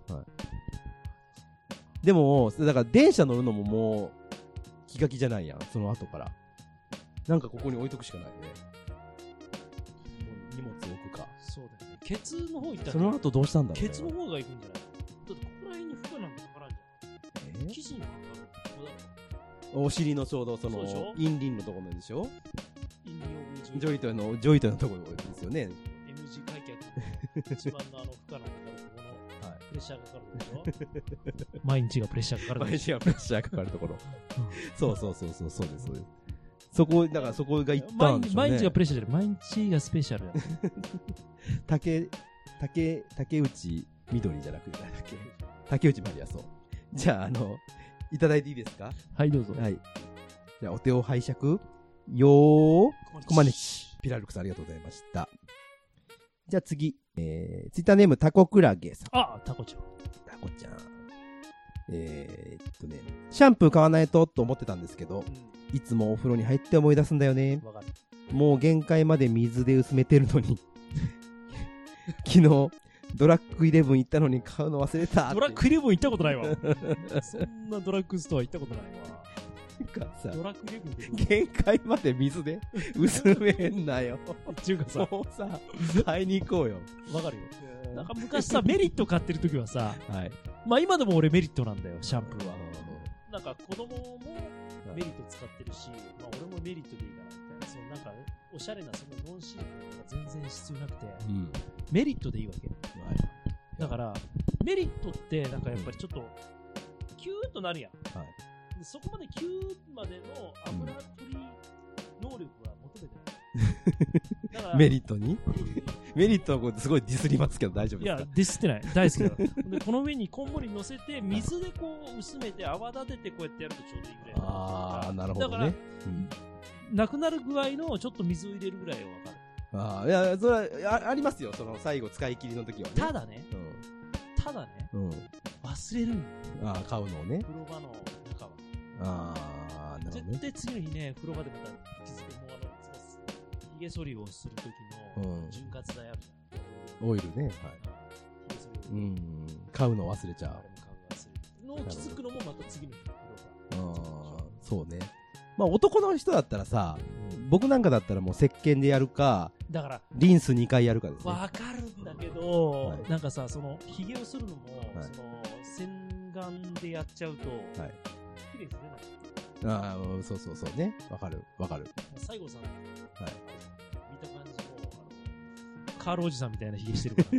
でもだから電車乗るのももう気が気じゃないやん。その後からなんかここに置いとくしかないね。荷物置くか。 そうだよね。ケツの方行ったらその後どうしたんだろうね。 ケツの方が行くんじゃない？だってここら辺に負荷なんてかからんじゃん。生地にかかる。 お尻のちょうどそのインリンのところなんでしょ。 インリンオブジョイトのところですよね。 M 字開脚の一番の負荷のかかるところのプレッッシャーがかかるところでしょ毎日がプレッシャーかかる毎日がプレッシャーかかるところ。そうです、そうです。そこ、だからそこが一旦でしょうね。 毎日がプレッシャーじゃない、毎日がスペシャルや。 竹内緑じゃなくて、竹内まりやそう。じゃあ、いただいていいですか？ はい、どうぞ。 はい。じゃあ、お手を拝借よー、こまねち。ピラルクさんありがとうございました。じゃあ次、ツイッターネームタコクラゲさん。 あ、タコちゃん。 タコちゃん。シャンプー買わないとと思ってたんですけど、いつもお風呂に入って思い出すんだよね。 わかる。 もう限界まで水で薄めてるのに。昨日、ドラッグイレブン行ったのに買うの忘れた。 ドラッグイレブン行ったことないわ。そんなドラッグストア行ったことないわ。 なんかさ、 ドラッグイレブンで限界まで水で薄めんなよ。 っていうかさ、 もうさ、買いに行こうよ。 わかるよ。なんか昔さ、メリット買ってる時はさ、 はい。 まあ今でも俺メリットなんだよ、シャンプーは。なんか子供もメリット使ってるし、まあ俺もメリットでいいかなみたいな、そのなんかおしゃれなそのノンシールとか全然必要なくて、メリットでいいわけ。だから、メリットってなんかやっぱりちょっと、キューッとなるやん。はい。でそこまでキューまでの油取り能力は求めてない。だからメリットにメリットはすごいディスりますけど大丈夫ですか？ いや、ディスってない。大好きだから。で、この上にこんもり乗せて、水でこう薄めて泡立ててこうやってやるとちょうどいいぐらい。 ああ、なるほどね。 だから、なくなる具合のちょっと水を入れるぐらいはわかる。 ああ、いや、それはありますよ。その最後使い切りの時はね。 ただね、忘れるんああ、買うのをね。 風呂場の中は。 ああ、なるほどね。 絶対次の日ね、風呂場でまた気づく。もう髭剃りをする時の潤滑剤あるじゃん。 オイルね。はい。買うの忘れちゃう。 あれも買うの忘れる。の気づくのもまた次の日の風呂場。 ああ、そうね。まあ男の人だったらさ、僕なんかだったらもう石鹸でやるか、 だからリンス2回やるかですね。 わかるんだけど、なんかさ、その髭をするのも、その洗顔でやっちゃうと、綺麗にすれない。 ああ、そうね。わかる。 西郷さん、見た感じもカールおじさんみたいな髭してるから。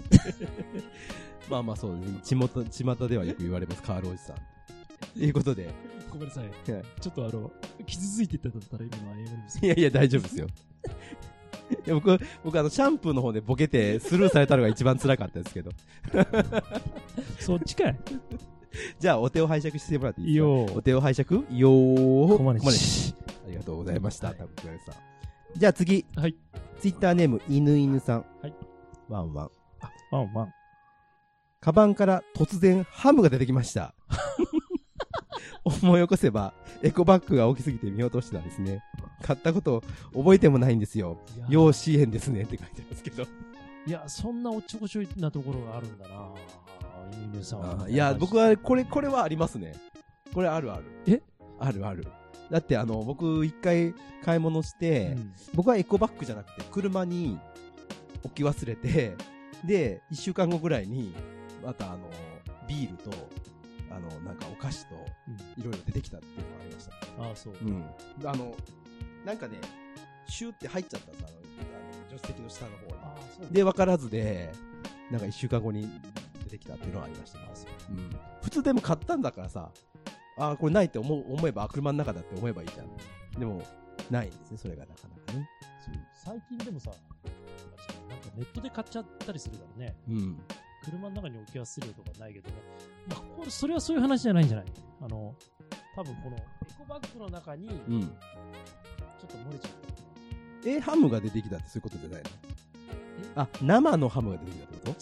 まあそうですね。巷ではよく言われます、カールおじさん。ということで。 ごめんなさい。ちょっと傷ついてたんだったら今のは謝ります。 いや、大丈夫ですよ。いや僕シャンプーの方でボケてスルーされたのが一番辛かったですけど。 そっちかい。 じゃあ、お手を拝借してもらっていいですか？ よー。 お手を拝借よー。 こまねち。 ありがとうございました。タコクラゲさん。じゃあ次。 はい。 ツイッターネーム、犬さん。 はい。 ワンワン。 ワンワン。 カバンから突然ハムが出てきました。思い起こせば、エコバッグが大きすぎて見落としてたんですね。買ったこと覚えてもないんですよ。要支援ですねって書いてますけど。 いや、そんなおっちょこちょいなところがあるんだな。犬さん。 いや、僕はこれはありますね。これある。 え？ ある。だって僕一回買い物して、僕はエコバッグじゃなくて車に置き忘れて、で、1週間後ぐらいに、またビールと、なんかお菓子と、いろいろ出てきたっていうのがありました。 ああ、そう。 なんかね、シューって入っちゃったんです、助手席の下の方に。ああ、そう。で、分からずで、なんか1週間後に出てきたっていうのがありましたね。普通でも買ったんだからさ、あ、これないって思えば、車の中だって思えばいいじゃん。でも、ないんですね、それがなかなかね。 最近でもさ、なんかネットで買っちゃったりするからね。車の中に置き忘れるとかないけど、まあ、それはそういう話じゃないんじゃない？多分このエコバッグの中に、ちょっと漏れちゃった。 ハムが出てきたってそういうことじゃないの？あ、生のハムが出てきたってこと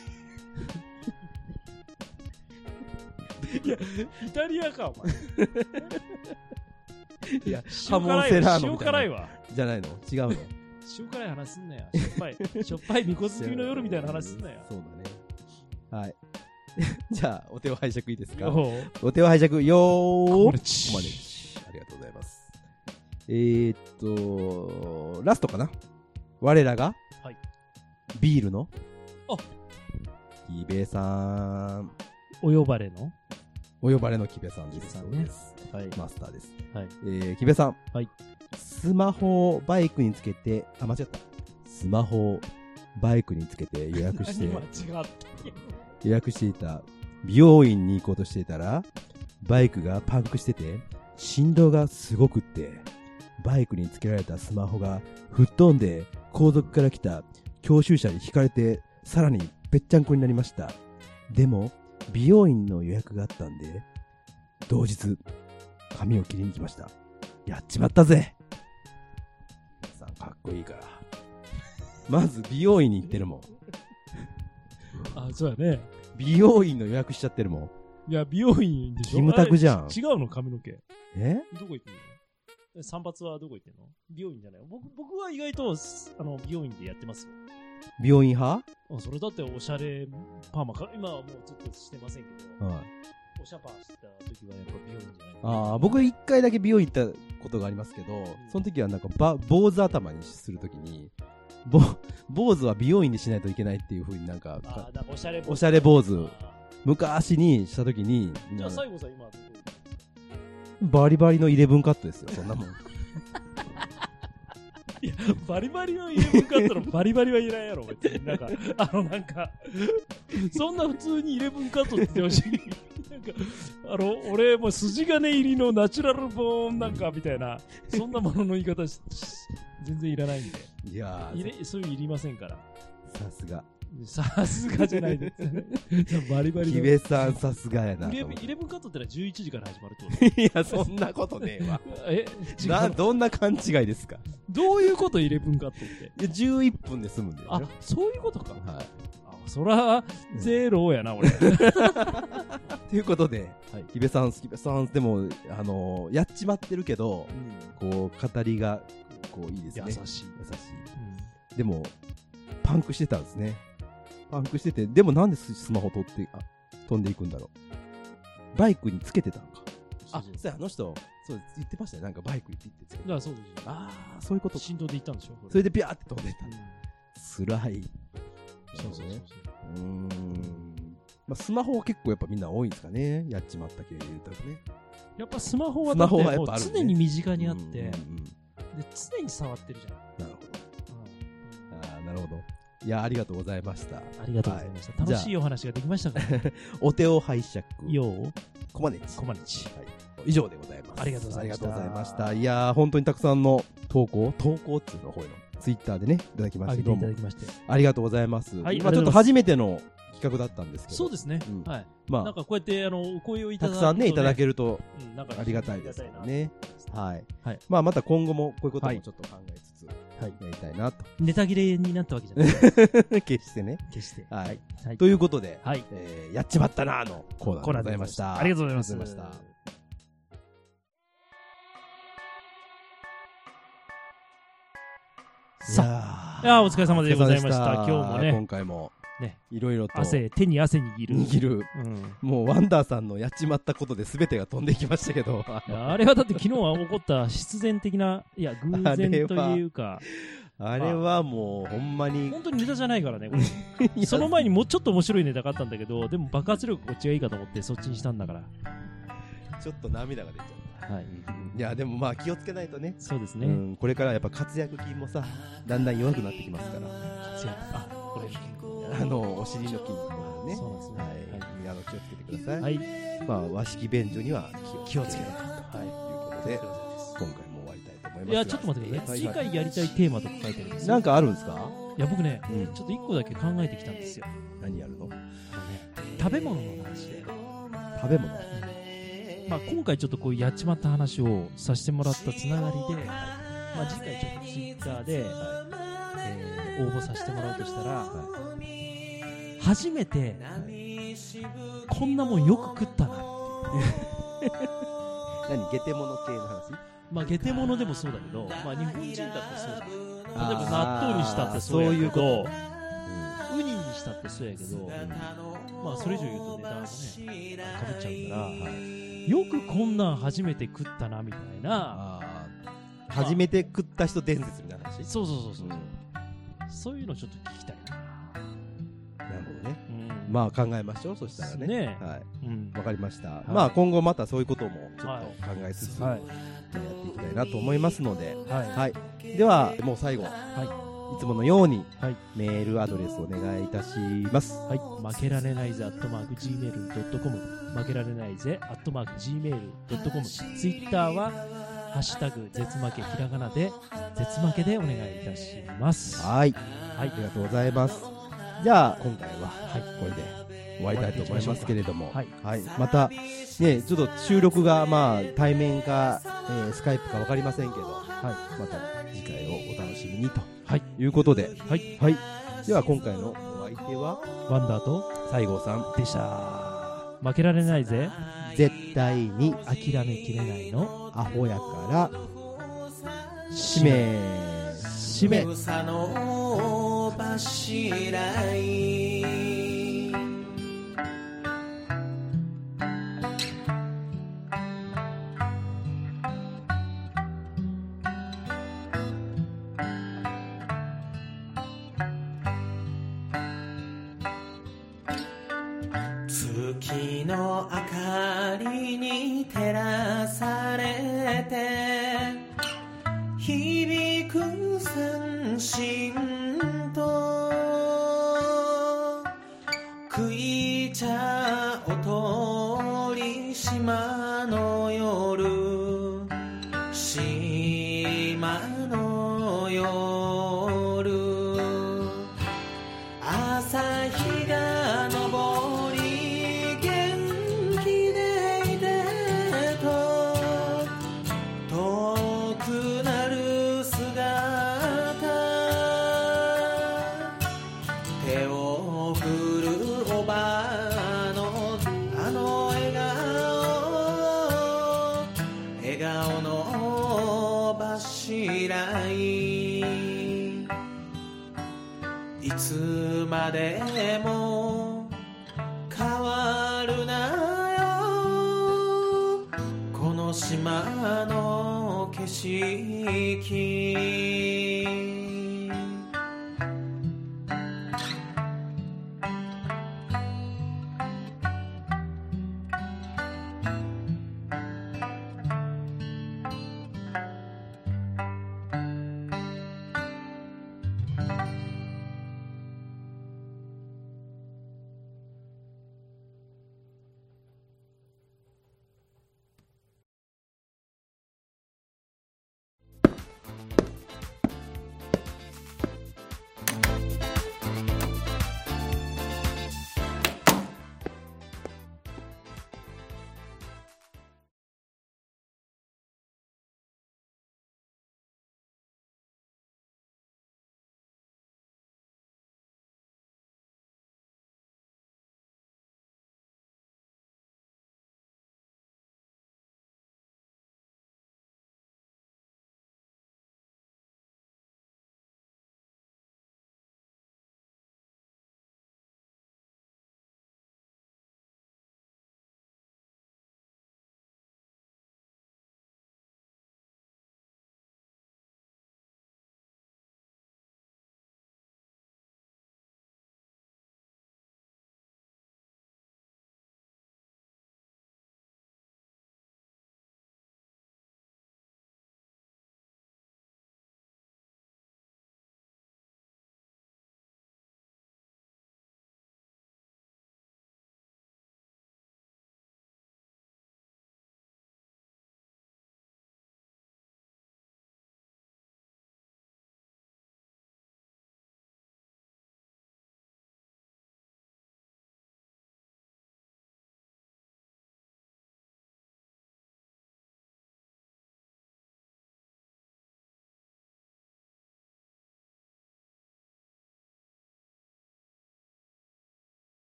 いや、イタリアか、お前。 いや、ハモンセラーノみたいな。 塩辛いわ。 じゃないの？違うの？ 塩辛い話すんなよ。しょっぱいみこずきの夜みたいな話すんなよ。 そうだね。はい。じゃあ、お手を拝借いいですか？ お手を拝借、よー。 こまねち。 ありがとうございます。ラストかな？我らが、ビールの、キベさん。 お呼ばれのキベさんです。 そうです。 マスターです。 はい。 キベさん。 はい。 スマホをバイクにつけて、間違った。スマホをバイクにつけて予約して。 間違った。 予約していた美容院に行こうとしていたら、バイクがパンクしてて、振動がすごくって、バイクにつけられたスマホが吹っ飛んで、後続から来た教習車にひかれて、さらにぺっちゃんこになりました。でも、美容院の予約があったんで、同日、髪を切りに来ました。やっちまったぜ。さん、かっこいいから。まず美容院に行ってるもん。 あ、そうやね。 美容院の予約しちゃってるもん。 いや、美容院でしょ。 キムタクじゃん。 違うの、髪の毛。どこ行ってんの？散髪はどこ行ってんの？美容院じゃない。僕は意外と美容院でやってますよ。 美容院派？ それだっておしゃれパーマか、今はもうずっとしてませんけど、はい、おしゃパーした時はやっぱ美容院じゃない。 ああ、僕一回だけ美容院行ったことがありますけど、その時はなんか坊主頭にするときに、坊主は美容院にしないといけないっていう風になんか、おしゃれ坊主昔にしたときに、 じゃあ最後さ、今バリバリの11カットですよ、そんなもん。 いや、バリバリの11カットのバリバリはいらんやろ、別に。なんか、そんな普通に11カットって言ってほしい。なんか、俺、もう筋金入りのナチュラルボーンなんかみたいな、そんなものの言い方全然いらないんで。 いやそういういりませんから。 さすがじゃないですね。バリバリの。 木部さんさすがやな。 11カットってのは11時から始まるってこと？ いや、そんなことねえわ。どんな勘違いですか？ どういうこと11カットって？ いや、11分で済むんだよ。 あ、そういうことか。 はい。 そら、ゼロやな、俺。 ということで、木部さん、でも、やっちまってるけど、こう、語りが、こう、いいですね。 優しい。 でも、パンクしてたんですね。パンクしてて、でもなんでスマホ飛んでいくんだろう。バイクにつけてたのか。あ、そうや、そう言ってましたね。なんかバイクにピッてつけて。 そうですよ。 ああ、そういうこと。 振動で行ったんでしょ。 それでビャーって飛んでいったんだ。辛い。 そうね。 まあ、スマホは結構やっぱみんな多いんですかね。やっちまった系で言うとね。 やっぱスマホはだってもう常に身近にあって、で常に触ってるじゃん。なるほど。 なるほど。いや、ありがとうございました。 ありがとうございました。楽しいお話ができましたか？ お手を拝借。コマネチ。以上でございます。 ありがとうございました。 いやー、本当にたくさんの投稿っていうのをこういうのツイッターでね、いただきまして、どうもありがとうございます。まあちょっと初めての企画だったんですけど。 そうですね。はい。 まあなんかこうやってお声をいただくとたくさんねいただけるとありがたいですよね。はい。まあまた今後もこういうこともちょっと考えつつやりたいなと。 ネタ切れになったわけじゃない。 決してね。はい。ということで、やっちまったなーのコーナーでございました。 ありがとうございました。さあ、いやお疲れ様でございました。今日もね、 今回もね、いろいろと手に汗握る。 もうワンダーさんのやっちまったことで全てが飛んできましたけど、 あれはだって昨日は起こった必然的な、いや偶然というか、 あれはもうほんまに本当にネタじゃないからね。これその前にもうちょっと面白いネタがあったんだけど、でも爆発力こっちがいいかと思ってそっちにしたんだから。 ちょっと涙が出ちゃった。はい、いやでもまあ気をつけないとね。 そうですね。 これからやっぱ活躍筋もさ、だんだん弱くなってきますから。 活躍、これお尻の筋肉がね。そうですね。はい、気をつけてください。はい。まあ和式便所には気をつけなかった。 はい。ということで今回も終わりたいと思います。 いやちょっと待ってください。次回やりたいテーマとか書いてあるんですよ。 なんかあるんですか？ いや僕ね、ちょっと一個だけ考えてきたんですよ。 何やるの？ 食べ物の話で。 食べ物？ まあ、今回ちょっとこうやっちまった話をさせてもらったつながりで、まあ、次回ちょっとツイッターで、応募させてもらうとしたら、初めて、こんなもんよく食ったなっていう何ゲテモノ系の話？ まあゲテモノでもそうだけど、まあ日本人だってそうだけど、例えば納豆にしたってそうやけど、ウニにしたってそうやけど、まあそれ以上言うとネタもね、かぶっちゃうから、よくこんなん初めて食ったなみたいな。 初めて食った人伝説みたいな話。 そう。そういうのちょっと聞きたいな。 なるほどね。まあ考えましょう。そしたらね。はい。わかりました。まあ今後またそういうこともちょっと考えつつやっていきたいなと思いますので。はい。ではもう最後つものように、 はい、 メールアドレスお願いいたします。 はい、負けられないぜ@gmail.com、負けられないぜ@gmail.com、ツイッターはハッシュタグ絶負けひらがなで絶負けでお願いいたします。 はい、はい、ありがとうございます。じゃあ今回は、はい、これで終わりたいと思いますけれども、はい、はい、またね、ちょっと収録がまあ対面か、スカイプか分かりませんけど、はい、また次回をお楽しみにと、はい、いうことで、はい、はい、では今回のお相手はワンダーと西郷さんでした。負けられないぜ、 絶対に諦めきれないのアホやから使命使命月の明かりに照らされて響く三振と食い茶おとり島の夜、島の夜、朝日が昇りいつまでも変わるなよこの島の景色